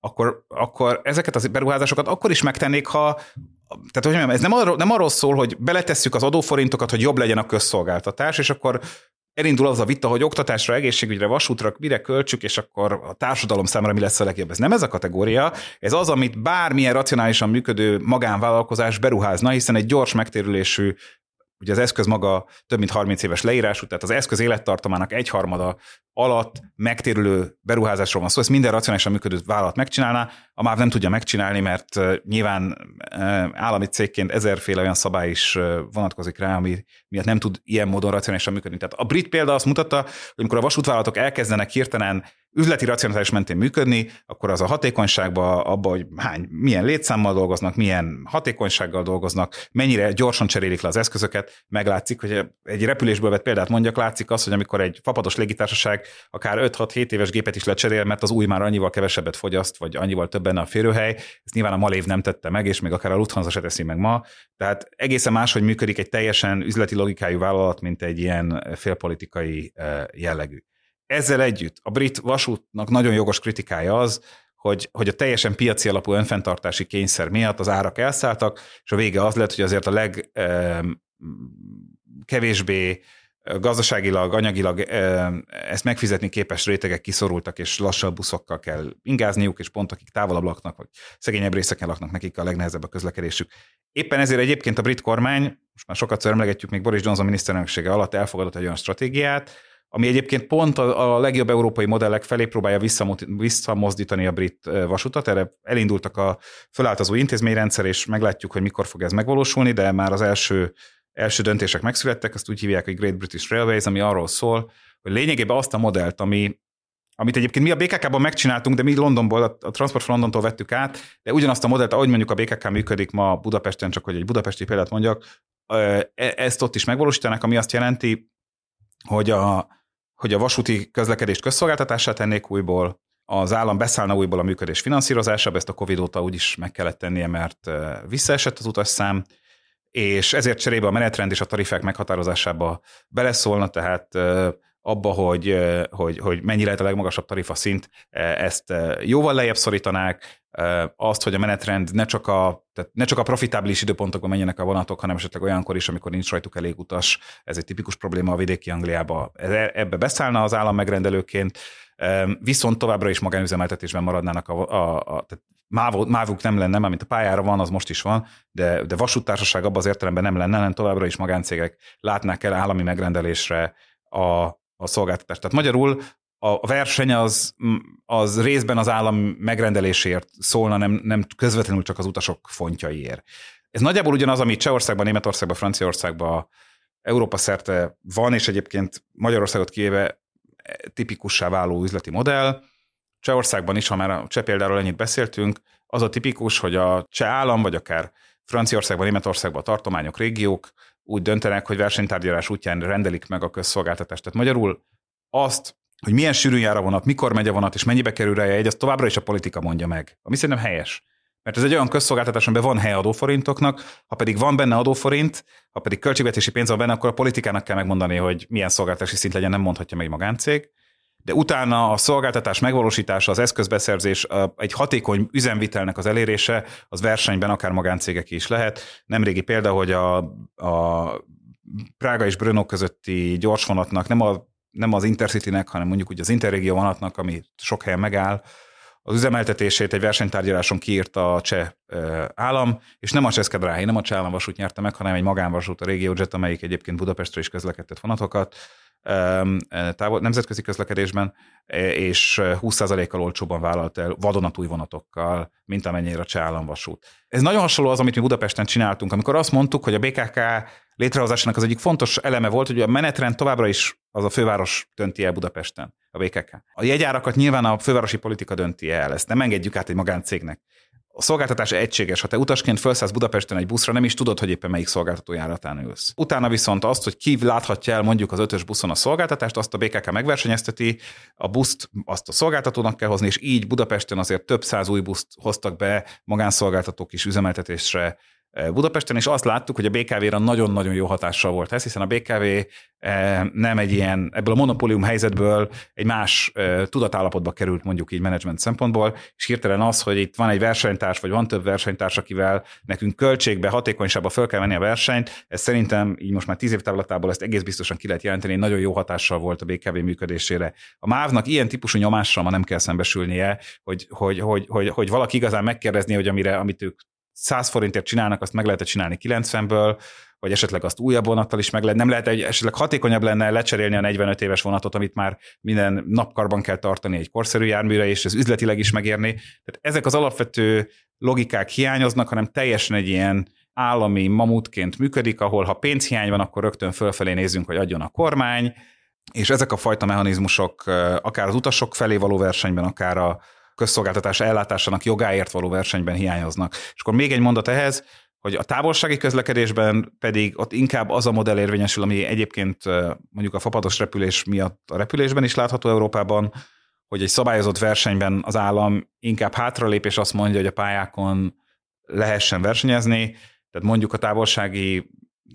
Speaker 2: akkor, akkor ezeket az beruházásokat akkor is megtennék, ha, tehát hogy mondjam, ez nem arról, nem arról szól, hogy beletesszük az adóforintokat, hogy jobb legyen a közszolgáltatás, és akkor elindul az a vita, hogy oktatásra, egészségügyre, vasútra mire költsük, és akkor a társadalom számára mi lesz a legjobb. Ez nem ez a kategória, ez az, amit bármilyen racionálisan működő magánvállalkozás beruházna, hiszen egy gyors megtérülésű, ugye az eszköz maga több mint harminc éves leírású, tehát az eszköz élettartamának egyharmada alatt megtérülő beruházásról van szó, ezt minden racionálisan működő vállalat megcsinálná, a MÁV nem tudja megcsinálni, mert nyilván állami cégként ezerféle olyan szabály is vonatkozik rá, ami miatt nem tud ilyen módon racionálisan működni. Tehát a brit példa azt mutatta, hogy amikor a vasútvállalatok elkezdenek hirtelen üzleti racionális mentén működni, akkor az a hatékonyságba, abba, hogy hány, milyen létszámmal dolgoznak, milyen hatékonysággal dolgoznak, mennyire gyorsan cserélik le az eszközöket, meglátszik, hogy egy repülésből vett példát mondjak, látszik az, hogy amikor egy fapados légitársaság akár öt-hat-hét éves gépet is lecserél, mert az új már annyival kevesebbet fogyaszt, vagy annyival több benne a férőhely, ezt nyilván a Malév nem tette meg, és még akár a Lufthansa se teszi meg ma. Tehát egészen máshogy működik egy teljesen üzleti logikájú vállalat, mint egy ilyen félpolitikai jellegű. Ezzel együtt a brit vasútnak nagyon jogos kritikája az, hogy, hogy a teljesen piaci alapú önfenntartási kényszer miatt az árak elszálltak, és a vége az lett, hogy azért a legkevésbé gazdaságilag, anyagilag ezt megfizetni képes rétegek kiszorultak, és lassabb buszokkal kell ingázniuk, és pont akik távolabb laknak, vagy szegényebb részeken laknak, nekik a legnehezebb a közlekedésük. Éppen ezért egyébként a brit kormány, most már sokat emlegetjük, még Boris Johnson miniszterelnöksége alatt elfogadott egy olyan stratégiát, ami egyébként pont a, a legjobb európai modellek felé próbálja visszamozdítani a brit vasutat. Erre elindultak a fölállt az új intézményrendszer, és meglátjuk, hogy mikor fog ez megvalósulni, de már az első, első döntések megszülettek, azt úgy hívják, hogy Great British Railways, ami arról szól, hogy lényegében azt a modellt, ami, amit egyébként mi a bé ká ká-ban megcsináltunk, de mi Londonból, a Transport for Londontól vettük át, de ugyanazt a modellt, ahogy mondjuk a bé ká ká működik ma Budapesten, csak hogy egy budapesti példát mondjak, ezt ott is megvalósítanak, ami azt jelenti, hogy a hogy a vasúti közlekedést közszolgáltatását tennék újból, az állam beszállna újból a működés finanszírozásába, ezt a Covid óta úgyis meg kellett tennie, mert visszaesett az utasszám, és ezért cserébe a menetrend és a tarifák meghatározásába beleszólna, tehát abba, hogy, hogy, hogy mennyi lehet a legmagasabb tarifa szint, ezt jóval lejjebb szorítanák, azt, hogy a menetrend ne csak a, tehát ne csak a profitábilis időpontokban menjenek a vonatok, hanem esetleg olyankor is, amikor nincs rajtuk elég utas. Ez egy tipikus probléma a vidéki Angliában. Ebbe beszállna az állam megrendelőként, viszont továbbra is magánüzemeltetésben maradnának a, a, a tehát mávuk nem lenne, mint a pályára van, az most is van, de, de vasúttársaság abban az értelemben nem lenne, hanem továbbra is magáncégek látnák el állami megrendelésre a, a szolgáltatást. Tehát magyarul a verseny az, az részben az állam megrendelésért szólna, nem, nem közvetlenül csak az utasok fontjaiért. Ez nagyjából ugyanaz, ami Csehországban, Németországban, Franciaországban, Európa szerte van, és egyébként Magyarországot kivéve tipikussá váló üzleti modell. Csehországban is, ha már a cseh példáról ennyit beszéltünk, az a tipikus, hogy a cseh állam, vagy akár Franciaországban, Németországban a tartományok, régiók úgy döntenek, hogy versenytárgyalás útján rendelik meg a közszolgáltatást. Tehát magyarul azt, hogy milyen sűrűn jár a vonat, mikor megy a vonat, és mennyibe kerül rá egy, azt továbbra is a politika mondja meg. Ami szerintem helyes. Mert ez egy olyan közszolgáltatás, amiben van hely adóforintoknak, ha pedig van benne adóforint, ha pedig költségvetési pénz van benne, akkor a politikának kell megmondani, hogy milyen szolgáltatási szint legyen, nem mondhatja meg egy magáncég. De utána a szolgáltatás megvalósítása, az eszközbeszerzés, egy hatékony üzemvitelnek az elérése, az versenyben akár magáncégek is lehet. Nemrégi példa, hogy a, a Prága és Brno közötti gyorsvonatnak, nem, a, nem az Intercitynek, hanem mondjuk úgy az Interregió vonatnak, ami sok helyen megáll, az üzemeltetését egy versenytárgyaláson kiírta a cseh állam, és nem a Česká dráhy, nem a cseh államvasút nyerte meg, hanem egy magánvasút, a RegioJet, amelyik egyébként Budapestre is közlekedtet vonatokat, távol, nemzetközi közlekedésben, és húsz százalékkal olcsóbban vállalt el vadonatúj vonatokkal, mint amennyire a cseh államvasút. Ez nagyon hasonló az, amit mi Budapesten csináltunk, amikor azt mondtuk, hogy a bé ká ká létrehozásának az egyik fontos eleme volt, hogy a menetrend továbbra is az a főváros dönti el Budapesten, a bé ká ká. A jegyárakat nyilván a fővárosi politika dönti el, ezt nem engedjük át egy magáncégnek. A szolgáltatás egységes, ha te utasként felszállsz Budapesten egy buszra, nem is tudod, hogy éppen melyik szolgáltató járatán ülsz. Utána viszont azt, hogy ki láthatja el mondjuk az ötös buszon a szolgáltatást, azt a bé ká ká megversenyezteti, a buszt azt a szolgáltatónak kell hozni, és így Budapesten azért több száz új buszt hoztak be magánszolgáltatók is üzemeltetésre Budapesten, és azt láttuk, hogy a bé ká vé-ra nagyon-nagyon jó hatással volt ez, hiszen a bé ká vé nem egy ilyen, ebből a monopólium helyzetből egy más tudatállapotba került mondjuk így menedzsment szempontból, és hirtelen az, hogy itt van egy versenytárs, vagy van több versenytárs, akivel nekünk költségbe, hatékonyságba föl kell venni a versenyt, ez szerintem így most már tíz év távlatából ezt egész biztosan ki lehet jelenteni, nagyon jó hatással volt a bé ká vé működésére. A mávnak ilyen típusú nyomással ma nem kell szembesülnie, hogy, hogy, hogy, hogy, hogy valaki igazán megkérdezni, hogy amire, amit ők száz forintért csinálnak, azt meg lehet csinálni kilencvenből, vagy esetleg azt újabb vonattal is meg lehet. Nem lehet, hogy esetleg hatékonyabb lenne lecserélni a negyvenöt éves vonatot, amit már minden napkarban kell tartani egy korszerű járműre, és ez üzletileg is megérni. Tehát ezek az alapvető logikák hiányoznak, hanem teljesen egy ilyen állami mamutként működik, ahol ha pénzhiány van, akkor rögtön fölfelé nézzünk, hogy adjon a kormány, és ezek a fajta mechanizmusok akár az utasok felé való versenyben, akár a közszolgáltatás ellátásának jogáért való versenyben hiányoznak. És akkor még egy mondat ehhez, hogy a távolsági közlekedésben pedig ott inkább az a modell érvényesül, ami egyébként mondjuk a fapados repülés miatt a repülésben is látható Európában, hogy egy szabályozott versenyben az állam inkább hátralép, és azt mondja, hogy a pályákon lehessen versenyezni, tehát mondjuk a távolsági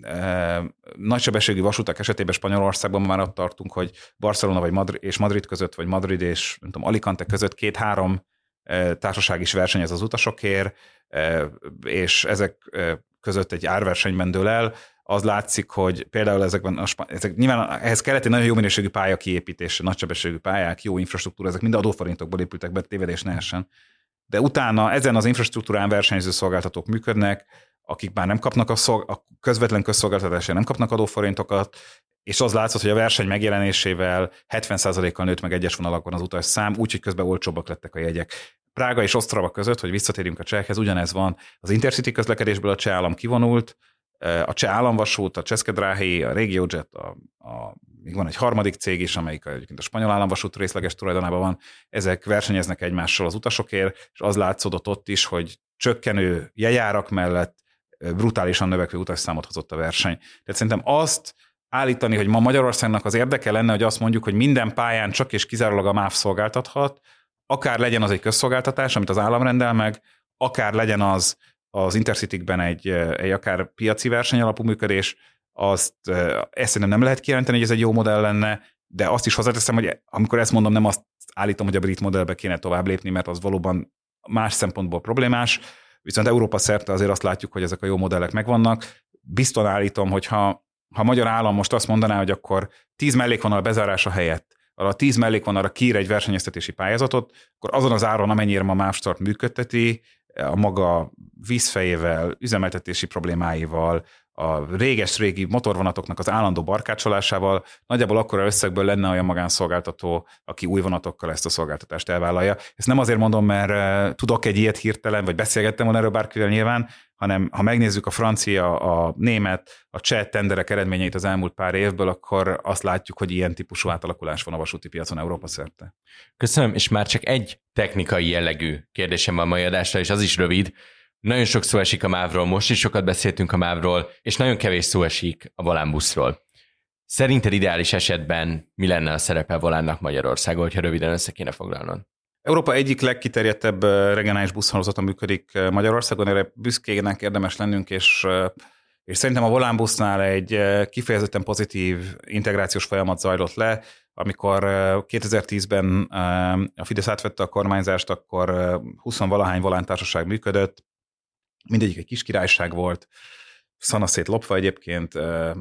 Speaker 2: eh, nagysebességű vasutak esetében Spanyolországban már ott tartunk, hogy Barcelona vagy Madrid és Madrid között, vagy Madrid és nem tudom, Alicante között két-három eh, társaság is versenyez az utasokért, eh, és ezek eh, között egy árversenyben dől el. Az látszik, hogy például ezekben, a, ezek nyilván ehhez kellett egy nagyon jó minőségű pálya kiépítése, nagysebességű pályák, jó infrastruktúra, ezek mind adóforintokból épültek be, tévedés ne essen. De utána ezen az infrastruktúrán versenyző szolgáltatók működnek, akik már nem kapnak a, szolg- a közvetlen közszolgáltatásra, nem kapnak adóforintokat, és az látszott, hogy a verseny megjelenésével hetven százalékkal nőtt meg egyes vonalakon az utas szám, úgyhogy közben olcsóbbak lettek a jegyek. Prága és Ostrava között, hogy visszatérjünk a csehhez, ugyanez van. Az Intercity közlekedésből a cseh állam kivonult, a cseh államvasút, a České dráhy, a RegioJet, a, a, még van egy harmadik cég is, amelyik egyébként a spanyol államvasút részleges tulajdonában van, ezek versenyeznek egymással az utasokért, és az látszódott ott is, hogy csökkenő jegyárak mellett brutálisan növekvő utasszámot hozott a verseny. Tehát szerintem azt állítani, hogy ma Magyarországnak az érdeke lenne, hogy azt mondjuk, hogy minden pályán csak és kizárólag a MÁV szolgáltathat, akár legyen az egy közszolgáltatás, amit az állam rendel meg, akár legyen az az Intercity-kben egy, egy akár piaci verseny alapú működés, azt ezt szerintem nem lehet kijelenteni, hogy ez egy jó modell lenne, de azt is hozzáteszem, hogy amikor ezt mondom, nem azt állítom, hogy a brit modellbe kéne tovább lépni, mert az valóban más szempontból problémás, viszont Európa szerte azért azt látjuk, hogy ezek a jó modellek megvannak. Bizton állítom, hogy ha, ha a magyar állam most azt mondaná, hogy akkor tíz mellékvonal bezárása helyett a tíz mellékvonalra kiír egy versenyeztetési pályázatot, akkor azon az áron, amennyire ma Mávstart működteti, a maga vízfejével, üzemeltetési problémáival, a réges-régi motorvonatoknak az állandó barkácsolásával, nagyjából akkora összegből lenne olyan magánszolgáltató, aki új vonatokkal ezt a szolgáltatást elvállalja. Ezt nem azért mondom, mert tudok egy ilyet hirtelen, vagy beszélgettem volna erről bárkivel nyilván, hanem ha megnézzük a francia, a német, a cseh tenderek eredményeit az elmúlt pár évből, akkor azt látjuk, hogy ilyen típusú átalakulás van a vasúti piacon Európa szerte.
Speaker 1: Köszönöm, és már csak egy technikai jellegű kérdésem van a mai adásra, és az is rövid. Nagyon sok szó esik a mávról, most is sokat beszéltünk a mávról, és nagyon kevés szó esik a volánbuszról. Szerinted ideális esetben mi lenne a szerepe a volánnak Magyarországon, hogyha röviden össze kéne foglalnod?
Speaker 2: Európa egyik legkiterjedtebb regionális buszhálózata működik Magyarországon, erre büszkének érdemes lennünk, és, és szerintem a volánbusznál egy kifejezetten pozitív integrációs folyamat zajlott le. Amikor kétezer-tízben a Fidesz átvette a kormányzást, akkor húsz-valahány volántársaság működött, mindegyik egy kis királyság volt, szanaszét lopva egyébként,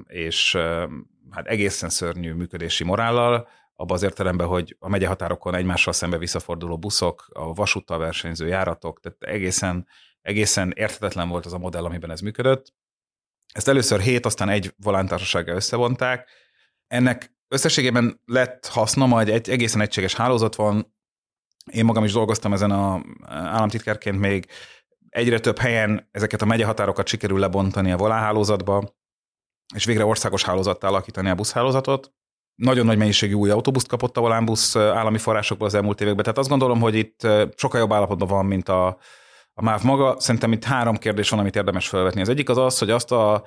Speaker 2: és hát egészen szörnyű működési morállal, abban az értelemben, hogy a megyehatárokon egymással szembe visszaforduló buszok, a vasúttal versenyző járatok, tehát egészen, egészen érthetetlen volt az a modell, amiben ez működött. Ezt először hét, aztán egy volántársasággal összevonták. Ennek összességében lett haszna, majd egy egészen egységes hálózat van. Én magam is dolgoztam ezen a államtitkárként még. Egyre több helyen ezeket a megyehatárokat sikerül lebontani a volánhálózatba, és végre országos hálózattá alakítani a buszhálózatot. Nagyon nagy mennyiségű új autóbuszt kapott a volánbusz állami forrásokból az elmúlt években, tehát azt gondolom, hogy itt sokkal jobb állapotban van, mint a, a MÁV maga. Szerintem itt három kérdés van, amit érdemes felvetni. Az egyik az az, hogy azt a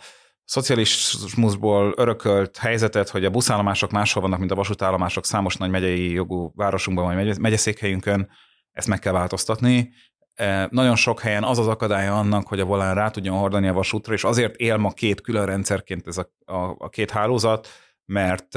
Speaker 2: szocializmusból örökölt helyzetet, hogy a buszállomások máshol vannak, mint a vasútállomások számos nagy megyei jogú városunkban vagy megyeszékhelyünkön, ezt meg kell változtatni. Nagyon sok helyen az az akadálya annak, hogy a volán rá tudjon hordani a vasútra, és azért él ma két külön rendszerként ez a, a, a két hálózat, mert,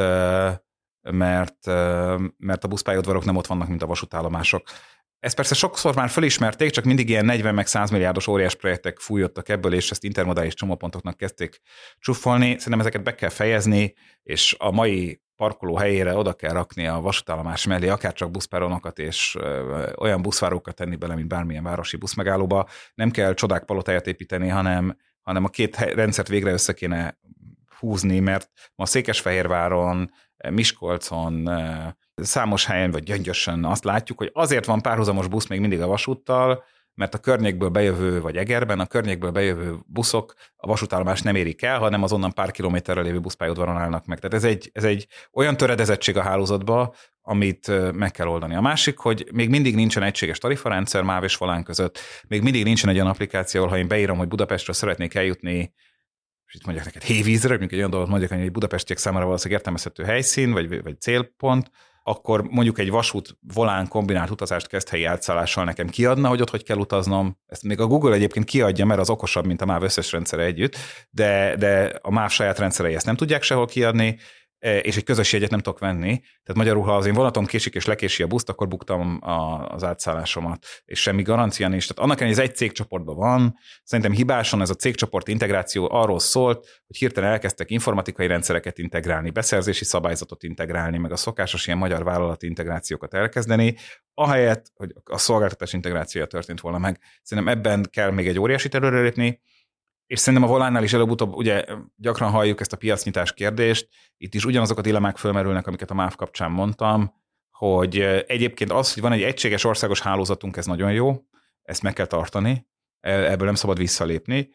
Speaker 2: mert, mert a buszpályaudvarok nem ott vannak, mint a vasútállomások. Ezt persze sokszor már felismerték, csak mindig ilyen negyven meg száz milliárdos óriás projektek fújottak ebből, és ezt intermodális csomópontoknak kezdték csúfolni. Szerintem ezeket be kell fejezni, és a mai parkoló helyére oda kell rakni a vasútállomás mellé, akár csak buszperonokat és olyan buszvárókat tenni bele, mint bármilyen városi buszmegállóba. Nem kell csodák palotáját építeni, hanem, hanem a két rendszert végre össze kéne húzni, mert ma Székesfehérváron, Miskolcon, számos helyen, vagy Gyöngyösön azt látjuk, hogy azért van párhuzamos busz még mindig a vasúttal, mert a környékből bejövő, vagy Egerben a környékből bejövő buszok a vasútállomást nem érik el, hanem azonnan pár kilométerre lévő buszpályaudvaron állnak meg. Tehát ez egy, ez egy olyan töredezettség a hálózatba, amit meg kell oldani. A másik, hogy még mindig nincsen egységes tarifarendszer MÁV és volán között, még mindig nincsen egy olyan applikáció, ahol ha én beírom, hogy Budapestről szeretnék eljutni, és itt mondják neked hévízre, mondjuk egy olyan dolgot mondják, hogy egy budapestiek számára valószínűleg értelmezhető helyszín, vagy, vagy célpont, akkor mondjuk egy vasút volán kombinált utazást kezd helyi átszállással nekem kiadna, hogy ott hogy kell utaznom. Ezt még a Google egyébként kiadja, mert az okosabb, mint a MÁV összes rendszere együtt, de, de a MÁV saját rendszerei ezt nem tudják sehol kiadni, és egy közös jegyet nem tudok venni. Tehát magyarul, ha az én vonatom késik és lekési a buszt, akkor buktam a, az átszállásomat, és semmi garancia nincs. Tehát annak ellenére, hogy ez egy cégcsoportban van, szerintem hibásan ez a cégcsoport integráció arról szólt, hogy hirtelen elkezdtek informatikai rendszereket integrálni, beszerzési szabályzatot integrálni, meg a szokásos ilyen magyar vállalati integrációkat elkezdeni, ahelyett, hogy a szolgáltatás integrációja történt volna meg. Szerintem ebben kell még egy óriásit előrelépni, és szerintem a volánnál is előbb-utóbb, ugye gyakran halljuk ezt a piacnyitás kérdést, itt is ugyanazok a dilemmák fölmerülnek, amiket a MÁV kapcsán mondtam, hogy egyébként az, hogy van egy egységes országos hálózatunk, ez nagyon jó, ezt meg kell tartani, ebből nem szabad visszalépni,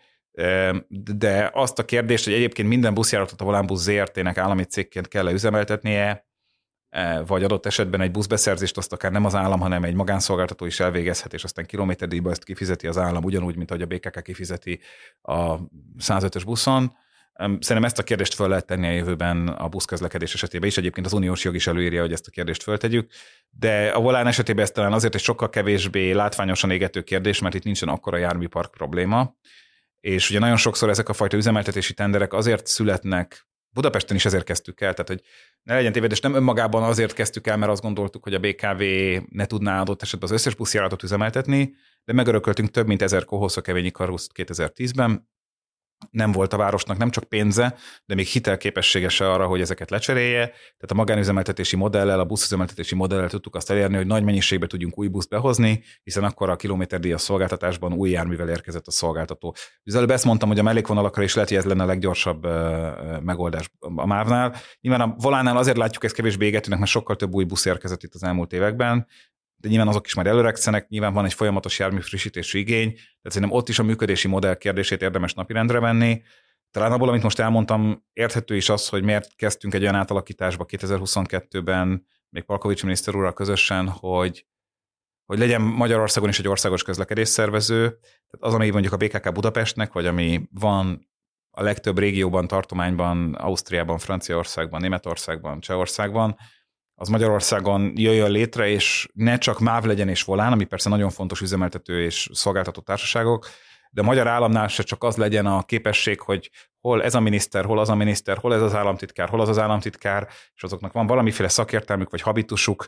Speaker 2: de azt a kérdést, hogy egyébként minden buszjáratot a Volánbusz zé er té-nek állami cégként kell üzemeltetnie, vagy adott esetben egy buszbeszerzést azt akár nem az állam, hanem egy magánszolgáltató is elvégezhet, és aztán kilométerdíjba ezt kifizeti az állam, ugyanúgy, mint ahogy a bé ká ká kifizeti a százötös buszon. Szerintem ezt a kérdést föl lehet tenni a jövőben a buszközlekedés esetében is, egyébként az uniós jog is előírja, hogy ezt a kérdést föltegyük, de a volán esetében ez talán azért egy sokkal kevésbé látványosan égető kérdés, mert itt nincsen akkora járműpark probléma, és ugye nagyon sokszor ezek a fajta üzemeltetési tenderek azért születnek, Budapesten is ezért kezdtük el, tehát hogy ne legyen tévedés, nem önmagában azért kezdtük el, mert azt gondoltuk, hogy a bé ká vé ne tudná adott esetben az összes buszjáratot üzemeltetni, de megörököltünk több mint ezer Kohószakevényi karuszt kétezer-tízben. Nem volt a városnak nem csak pénze, de még hitelképessége se arra, hogy ezeket lecserélje. Tehát a magánüzemeltetési modellel, a buszüzemeltetési modellel tudtuk azt elérni, hogy nagy mennyiségbe tudjunk új buszt behozni, hiszen akkor a kilométerdíjas szolgáltatásban új járművel érkezett a szolgáltató. Az előbb ezt mondtam, hogy a mellékvonalakra is lehet, hogy ez lenne a leggyorsabb megoldás a MÁV-nál. Nyilván a volánnál azért látjuk ezt kevésbé égetőnek, mert sokkal több új busz érkezett itt az elmúlt években, de nyilván azok is majd előregszenek, nyilván van egy folyamatos járműfrissítési igény, tehát szerintem ott is a működési modell kérdését érdemes napirendre venni. Talán abból, amit most elmondtam, érthető is az, hogy miért kezdtünk egy olyan átalakításba kétezer-huszonkettőben, még Palkovics miniszter úrral közösen, hogy, hogy legyen Magyarországon is egy országos közlekedésszervező, tehát az, ami mondjuk a bé ká ká Budapestnek, vagy ami van a legtöbb régióban, tartományban, Ausztriában, Franciaországban, Németországban, Csehországban, az Magyarországon jöjjön létre, és ne csak MÁV legyen és volán, ami persze nagyon fontos üzemeltető és szolgáltató társaságok, de a magyar államnál se csak az legyen a képesség, hogy hol ez a miniszter, hol az a miniszter, hol ez az államtitkár, hol az az államtitkár, és azoknak van valamiféle szakértelmük vagy habitusuk,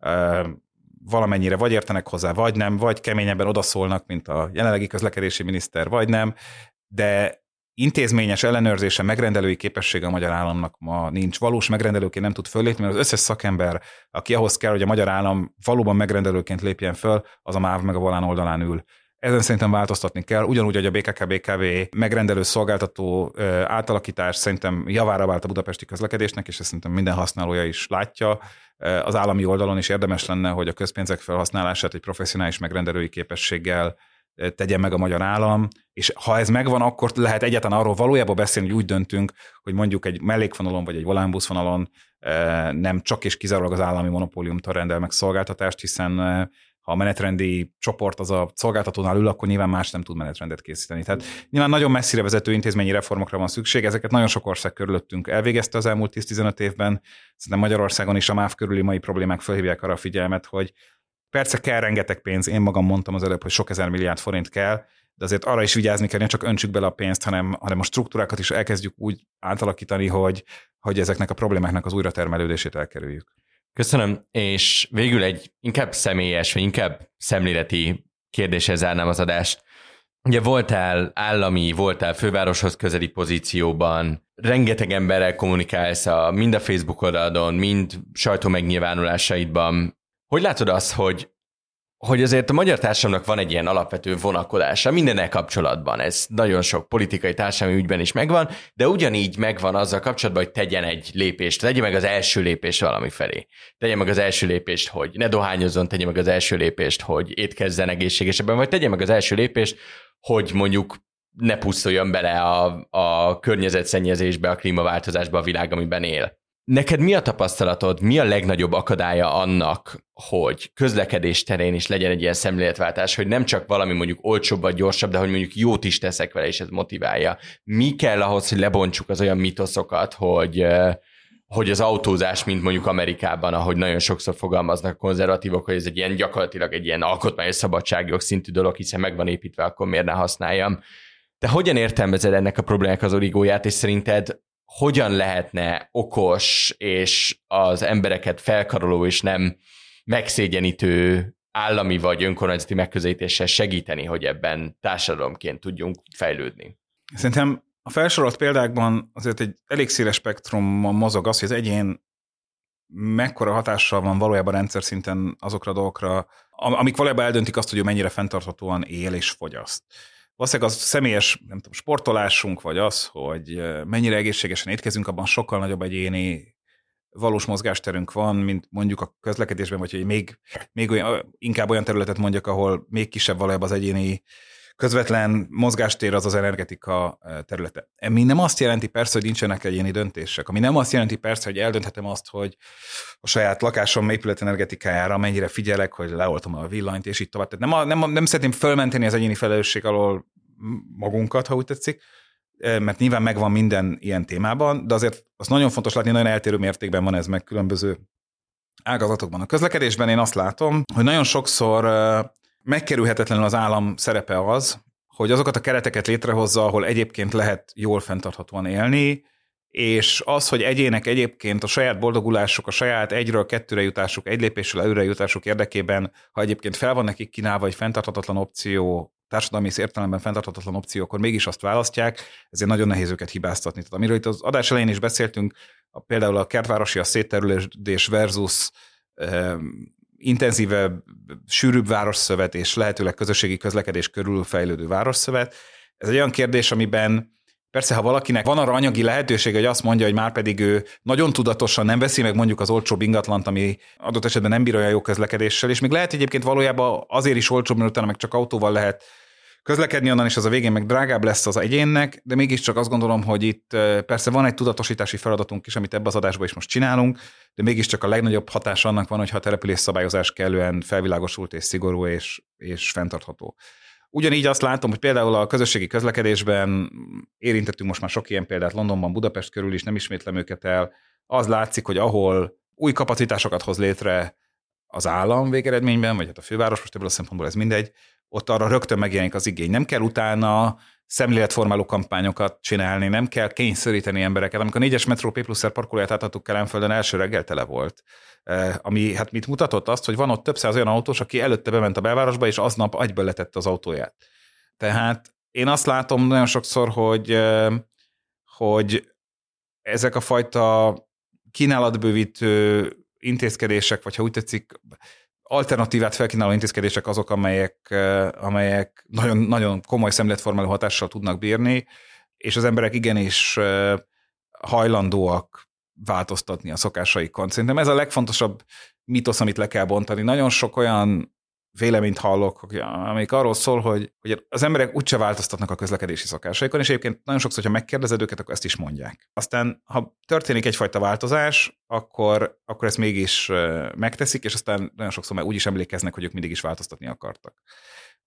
Speaker 2: valamennyire vagy értenek hozzá, vagy nem, vagy keményebben odaszólnak, mint a jelenlegi közlekedési miniszter, vagy nem, de intézményes ellenőrzése, megrendelői képessége a magyar államnak ma nincs. Valós megrendelőként nem tud föllépni, mert az összes szakember, aki ahhoz kell, hogy a magyar állam valóban megrendelőként lépjen föl, az a MÁV meg a volán oldalán ül. Ezen szerintem változtatni kell, ugyanúgy, hogy a bé ká ká bé ká vé megrendelő szolgáltató átalakítás szerintem javára vált a budapesti közlekedésnek, és ezt szerintem minden használója is látja. Az állami oldalon is érdemes lenne, hogy a közpénzek felhasználását egy professzionális megrendelői képességgel tegyen meg a magyar állam, és ha ez megvan, akkor lehet egyáltalán arról valójában beszélni, hogy úgy döntünk, hogy mondjuk egy mellékvonalon vagy egy volánbuszvonalon nem csak és kizárólag az állami monopóliumtól rendel meg szolgáltatást, hiszen ha a menetrendi csoport az a szolgáltatónál ül, akkor nyilván más nem tud menetrendet készíteni. Tehát nyilván nagyon messzire vezető intézményi reformokra van szükség, ezeket nagyon sok ország körülöttünk elvégezte az elmúlt tíz-tizenöt évben. Szerintem Magyarországon is a MÁV körüli mai problémák felhívják arra a figyelmet, hogy persze kell rengeteg pénz, én magam mondtam az előbb, hogy sok ezer milliárd forint kell, de azért arra is vigyázni kell, nem csak öntsük bele a pénzt, hanem, hanem a struktúrákat is elkezdjük úgy átalakítani, hogy, hogy ezeknek a problémáknak az újratermelődését elkerüljük.
Speaker 1: Köszönöm, és végül egy inkább személyes, vagy inkább szemléleti kérdéshez zárnám az adást. Ugye voltál állami, voltál fővároshoz közeli pozícióban, rengeteg emberrel kommunikálsz a, mind a Facebook oldalon, mind sajtó megnyilvánulásaidban. Hogy látod azt, hogy, hogy azért a magyar társadalomnak van egy ilyen alapvető vonakodása mindennel kapcsolatban, ez nagyon sok politikai társadalmi ügyben is megvan, de ugyanígy megvan azzal kapcsolatban, hogy tegyen egy lépést, tegye meg az első lépést valami felé. Tegye meg az első lépést, hogy ne dohányozzon, tegye meg az első lépést, hogy étkezzen egészségesebben, vagy tegye meg az első lépést, hogy mondjuk ne pusztuljon bele a, a környezetszennyezésbe, a klímaváltozásba a világ, amiben él. Neked mi a tapasztalatod, mi a legnagyobb akadálya annak, hogy közlekedés terén is legyen egy ilyen szemléletváltás, hogy nem csak valami mondjuk olcsóbb vagy gyorsabb, de hogy mondjuk jót is teszek vele, és ez motiválja. Mi kell ahhoz, hogy lebontsuk az olyan mitoszokat, hogy, hogy az autózás, mint mondjuk Amerikában, ahogy nagyon sokszor fogalmaznak konzervatívok, hogy ez egy ilyen gyakorlatilag egy ilyen alkotmányos szabadságjog szintű dolog, hiszen meg van építve, akkor miért ne használjam. De hogyan értelmezed ennek a problémának az origóját, és szerinted hogyan lehetne okos és az embereket felkaroló és nem megszégyenítő állami vagy önkormányzati megközelítéssel segíteni, hogy ebben társadalomként tudjunk fejlődni?
Speaker 2: Szerintem a felsorolt példákban azért egy elég széles spektrumon mozog az, hogy az egyén mekkora hatással van valójában rendszer szinten azokra a dolgokra, amik valójában eldöntik azt, hogy ő mennyire fenntarthatóan él és fogyaszt. Valószínűleg az személyes, nem tudom, sportolásunk, vagy az, hogy mennyire egészségesen étkezünk, abban sokkal nagyobb egyéni valós mozgásterünk van, mint mondjuk a közlekedésben, vagy hogy még, még olyan, inkább olyan területet mondjak, ahol még kisebb valójában az egyéni közvetlen mozgástér az az energetika területe. Ami nem azt jelenti persze, hogy nincsenek egyéni döntések. Ami nem azt jelenti persze, hogy eldönthetem azt, hogy a saját lakásom épület energetikájára mennyire figyelek, hogy leoltom a villanyt, és így tovább. Tehát nem, a, nem, nem szeretném fölmenteni az egyéni felelősség alól magunkat, ha úgy tetszik, mert nyilván megvan minden ilyen témában, de azért az nagyon fontos látni, nagyon eltérő mértékben van ez meg különböző ágazatokban. A közlekedésben én azt látom, hogy nagyon sokszor megkerülhetetlenül az állam szerepe az, hogy azokat a kereteket létrehozza, ahol egyébként lehet jól fenntarthatóan élni, és az, hogy egyének egyébként a saját boldogulásuk, a saját egyről kettőre jutásuk, egy lépésről előre jutásuk érdekében, ha egyébként fel van nekik kínálva egy fenntarthatatlan opció, társadalmi értelemben fenntarthatatlan opció, akkor mégis azt választják, ezért nagyon nehéz őket hibáztatni. Tehát amiről itt az adás elején is beszéltünk, a, például a kertvárosi a szétterülés versus eh, intenzívebb, sűrűbb városszövet és lehetőleg közösségi közlekedés körül fejlődő városszövet. Ez egy olyan kérdés, amiben persze, ha valakinek van arra anyagi lehetősége, hogy azt mondja, hogy már pedig ő nagyon tudatosan nem veszi meg mondjuk az olcsóbb ingatlant, ami adott esetben nem bír olyan jó közlekedéssel, és még lehet egyébként valójában azért is olcsóbb, mert utána meg csak autóval lehet közlekedni onnan, és az a végén meg drágább lesz az egyénnek, de mégiscsak azt gondolom, hogy itt persze van egy tudatosítási feladatunk is, amit ebbe az adásban is most csinálunk, de mégiscsak a legnagyobb hatás annak van, hogyha a településszabályozás kellően felvilágosult és szigorú és, és fenntartható. Ugyanígy azt látom, hogy például a közösségi közlekedésben érintettünk most már sok ilyen példát Londonban, Budapest körül is, nem ismétlem őket el, az látszik, hogy ahol új kapacitásokat hoz létre az állam végeredményben, vagy hát a főváros, most ebből a szempontból ez mindegy, ott arra rögtön megjelenik az igény. Nem kell utána szemléletformáló kampányokat csinálni, nem kell kényszeríteni embereket. Amikor a négyes metró P plusz R parkolóját átadtuk Kelenföldön, első reggel tele volt. Ami hát mit mutatott azt, hogy van ott több száz olyan autós, aki előtte bement a belvárosba, és aznap agyből letette az autóját. Tehát én azt látom nagyon sokszor, hogy, hogy ezek a fajta kínálatbővítő intézkedések, vagy ha úgy tetszik, alternatívát felkínáló intézkedések azok, amelyek, amelyek nagyon, nagyon komoly szemléletformáló hatással tudnak bírni, és az emberek igenis hajlandóak változtatni a szokásaikon. Szerintem ez a legfontosabb mitosz, amit le kell bontani. Nagyon sok olyan véleményt hallok, amik arról szól, hogy, hogy az emberek úgyse változtatnak a közlekedési szokásaikon, és egyébként nagyon sokszor, ha megkérdezed őket, akkor ezt is mondják. Aztán, ha történik egyfajta változás, akkor, akkor ezt mégis megteszik, és aztán nagyon sokszor már úgy is emlékeznek, hogy ők mindig is változtatni akartak.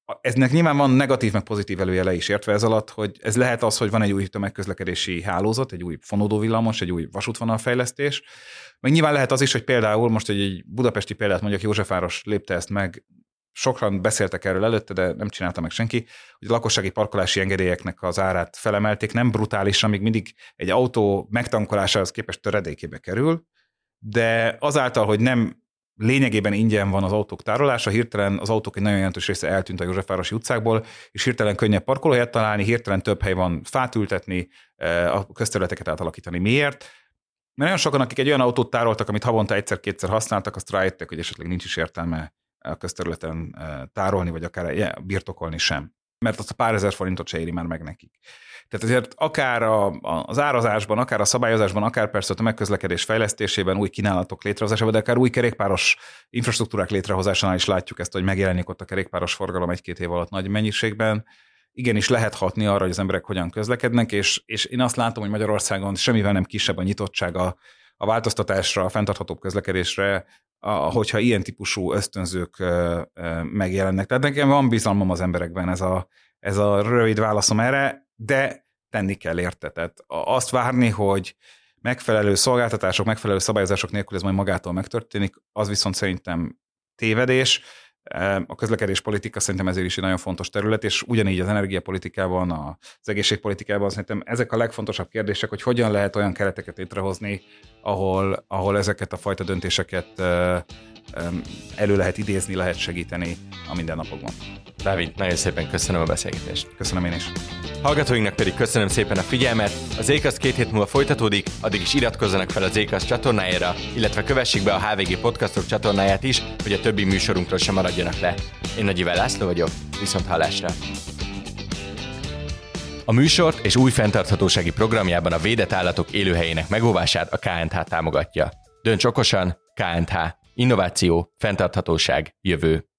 Speaker 2: eznek nyilván van negatív meg pozitív előjele is értve ez alatt, hogy ez lehet az, hogy van egy új tömegközlekedési hálózat, egy új fonódóvillamos, egy új vasútvonalfejlesztés, meg nyilván lehet az is, hogy például most egy budapesti példát mondjak, Józsefváros lépte ezt meg, sokan beszéltek erről előtte, de nem csinálta meg senki, hogy a lakossági parkolási engedélyeknek az árát felemelték, nem brutálisan, még mindig egy autó megtankolásához képest töredékébe kerül, de azáltal, hogy nem lényegében ingyen van az autók tárolása, hirtelen az autók egy nagyon jelentős része eltűnt a Józsefvárosi utcákból, és hirtelen könnyebb parkolóhelyet találni, hirtelen több hely van fát ültetni, a közterületeket átalakítani. Miért? Mert nagyon sokan, akik egy olyan autót tároltak, amit havonta egyszer-kétszer használtak, azt rájöttek, hogy esetleg nincs is értelme a közterületen tárolni, vagy akár birtokolni sem. Mert azt a pár ezer forintot se éri már meg nekik. Tehát azért akár a, az árazásban, akár a szabályozásban, akár persze a tömegközlekedés fejlesztésében, új kínálatok létrehozásában, de akár új kerékpáros infrastruktúrák létrehozásánál is látjuk ezt, hogy megjelenik ott a kerékpáros forgalom egy-két év alatt nagy mennyiségben. Igenis lehet hatni arra, hogy az emberek hogyan közlekednek, és, és én azt látom, hogy Magyarországon semmivel nem kisebb a nyitottsága a változtatásra, a fenntarthatóbb közlekedésre, a, hogyha ilyen típusú ösztönzők ö, ö, megjelennek. Tehát nekem van bizalmam az emberekben, ez a, ez a rövid válaszom erre, de tenni kell érte. Tehát azt várni, hogy megfelelő szolgáltatások, megfelelő szabályozások nélkül ez majd magától megtörténik, az viszont szerintem tévedés. A közlekedés politika szerintem ezért is egy nagyon fontos terület, és ugyanígy az energiapolitikában, az egészségpolitikában szerintem ezek a legfontosabb kérdések, hogy hogyan lehet olyan kereteket létrehozni, ahol, ahol ezeket a fajta döntéseket elő lehet idézni, lehet segíteni a mindennapokban.
Speaker 1: Dávid, nagyon szépen köszönöm a beszélgetést.
Speaker 2: Köszönöm én is.
Speaker 1: Hallgatóinknak pedig köszönöm szépen a figyelmet. A Zékasz két hét múlva folytatódik, addig is iratkozzanak fel a Zékasz csatornájára, illetve kövessék be a há vé gé Podcastok csatornáját is, hogy a többi műsorunkról sem maradjanak le. Én Nagy Iván László vagyok, viszont hallásra. A műsort és új fenntarthatósági programjában a védett állatok élőhelyének megóvását a ká en há támogatja. Dönts okosan, ká en há. Innováció, fenntarthatóság, jövő.